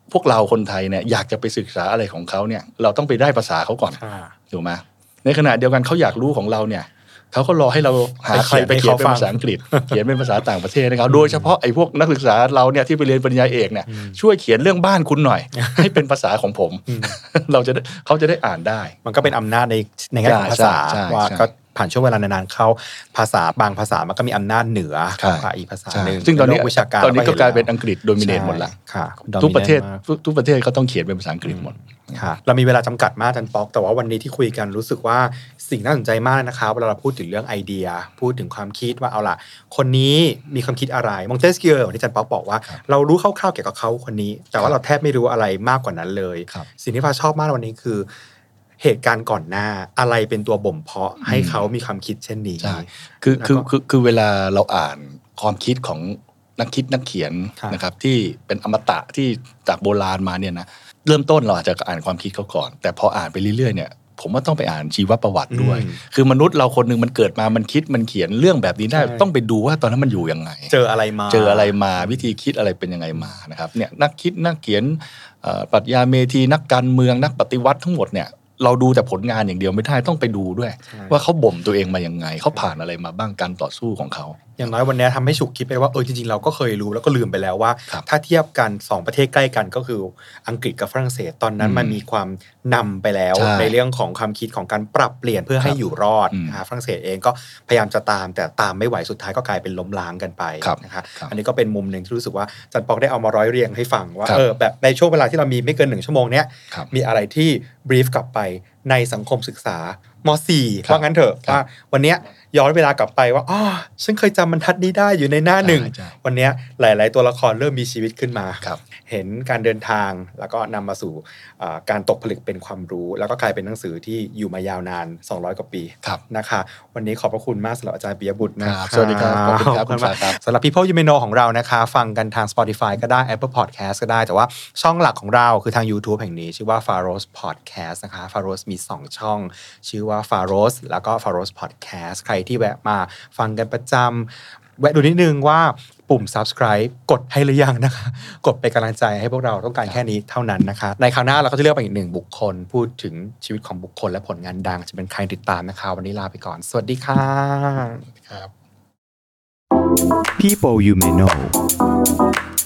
B: พวกเราคนไทยเนี่ยอยากจะไปศึกษาอะไรของเขาเนี่ยเราต้องไปได้ภาษาเขาก่อนถูกไหมในขณะเดียวกันเขาอยากรู้ของเราเนี่ยเขาก็รอให้เราหาใครไปเขียนเป็นภาษาอังกฤษเขียนเป็นภาษาต่างประเทศนะครับโดยเฉพาะไอ้พวกนักศึกษาเราเนี่ยที่ไปเรียนปริญญาเอกเนี่ยช่วยเขียนเรื่องบ้านคุณหน่อย ให้เป็นภาษาของผมเขาจะได้อ่านได้
C: มันก็เป็นอำนาจในแง่ของภาษาว่าก็ผ่านช่วงเวลานานๆเข้าภาษาบางภาษามันก็มีอำนาจเหนือกว่าอีกภาษาหนึ่ง
B: ซึ่งตอนนี้ก็กลายเป็นอังกฤษโดมิเนตหมดละทุกประเทศก็ต้องเขียนเป็นภาษาอังกฤษหมด
C: เรามีเวลาจำกัดมากอาจารย์ป๊อกแต่ว่าวันนี้ที่คุยกันรู้สึกว่าสิ่งน่าสนใจมากนะคะเวลาเราพูดถึงเรื่องไอเดียพูดถึงความคิดว่าเอาล่ะคนนี้มีความคิดอะไรมองเทสเกียร์ที่อาจารย์ป๊อกบอกว่าเรารู้คร่าวๆเกี่ยวกับเขาคนนี้แต่ว่าเราแทบไม่รู้อะไรมากกว่านั้นเลยสิ่งที่ฟ้าชอบมากวันนี้คือเหตุการณ์ก่อนหน้าอะไรเป็นตัวบ่มเพาะให้เขามีความคิดเช่นนี้
B: ใช่คือเวลาเราอ่านความคิดของนักคิดนักเขียนนะครับที่เป็นอมตะที่จากโบราณมาเนี่ยนะเริ่มต้นเราอาจจะอ่านความคิดเขาก่อนแต่พออ่านไปเรื่อยๆเนี่ยผมว่าต้องไปอ่านชีวประวัติด้วยคือมนุษย์เราคนนึงมันเกิดมามันคิดมันเขียนเรื่องแบบนี้ได้ต้องไปดูว่าตอนนั้นมันอยู่ยังไง
C: เจออะไร
B: มาวิธีคิดอะไรเป็นยังไงมานะครับเนี่ยนักคิดนักเขียนปรัชญาเมธีนักการเมืองนักปฏิวัติทั้งหมดเนี่ยเราดูแต่ผลงานอย่างเดียวไม่ได้ต้องไปดูด้วยว่าเขาบ่มตัวเองมายังไงเขาผ่านอะไรมาบ้างการต่อสู้ของเขา
C: อย่างน้อยวันนี้ทำให้ฉุกคิดไปว่าจริงๆเราก็เคยรู้แล้วก็ลืมไปแล้วว่าถ้าเทียบกัน2ประเทศใกล้กันก็คืออังกฤษกับฝรั่งเศสตอนนั้นมันมีความนำไปแล้วในเรื่องของความคิดของการปรับเปลี่ยนเพื่อให้อยู่รอดฝรั่งเศสเองก็พยายามจะตามแต่ตามไม่ไหวสุดท้ายก็กลายเป็นล้มล้างกันไปนะคะอันนี้ก็เป็นมุมหนึ่งที่รู้สึกว่าจันปอกได้เอามาร้อยเรียงให้ฟังว่าแบบในช่วงเวลาที่เรามีไม่เกิน1ชั่วโมงเนี้ยมีอะไรที่บรีฟกลับไปในสังคมศึกษาม.4 ว่างั้นเถอะว่าวันนี้ย้อนเวลากลับไปว่าฉันเคยจำบรรทัดนี้ได้อยู่ในหน้าหนึ่งวันนี้หลายๆตัวละครเริ่มมีชีวิตขึ้นมาเห็นการเดินทางแล้วก็นำมาสู่การตกผลึกเป็นความรู้แล้วก็กลายเป็นหนังสือที่อยู่มายาวนาน200กว่าปีนะคะวันนี้ขอบพระคุณมากสำหรับอาจารย์ปิยบุตรนะครับ
B: สวัสดีครับขอบคุณครับคุณครับ
C: สำหรับ People You May Know ของเรานะคะฟังกันทาง Spotify ก็ได้ Apple Podcast ก็ได้แต่ว่าช่องหลักของเราคือทาง YouTube แห่งนี้ชื่อว่า Pharos Podcast นะคะ Pharos มี2ช่องชื่อว่า Pharos แล้วก็ Pharos Podcast ใครที่แวะมาฟังกันประจำแวะดูนิดนึงว่าปุ่ม subscribe กดให้หรือยังนะคะกดเป็นกำลังใจให้พวกเราต้องการแค่นี้เท่านั้นนะคะในคราวหน้าเราก็จะเลือกไปอีก1บุคคลพูดถึงชีวิตของบุคคลและผลงานดังจะเป็นใครติดตามนะคะวันนี้ลาไปก่อนสวัสดีค่ะ
B: ครับ
A: People You May Know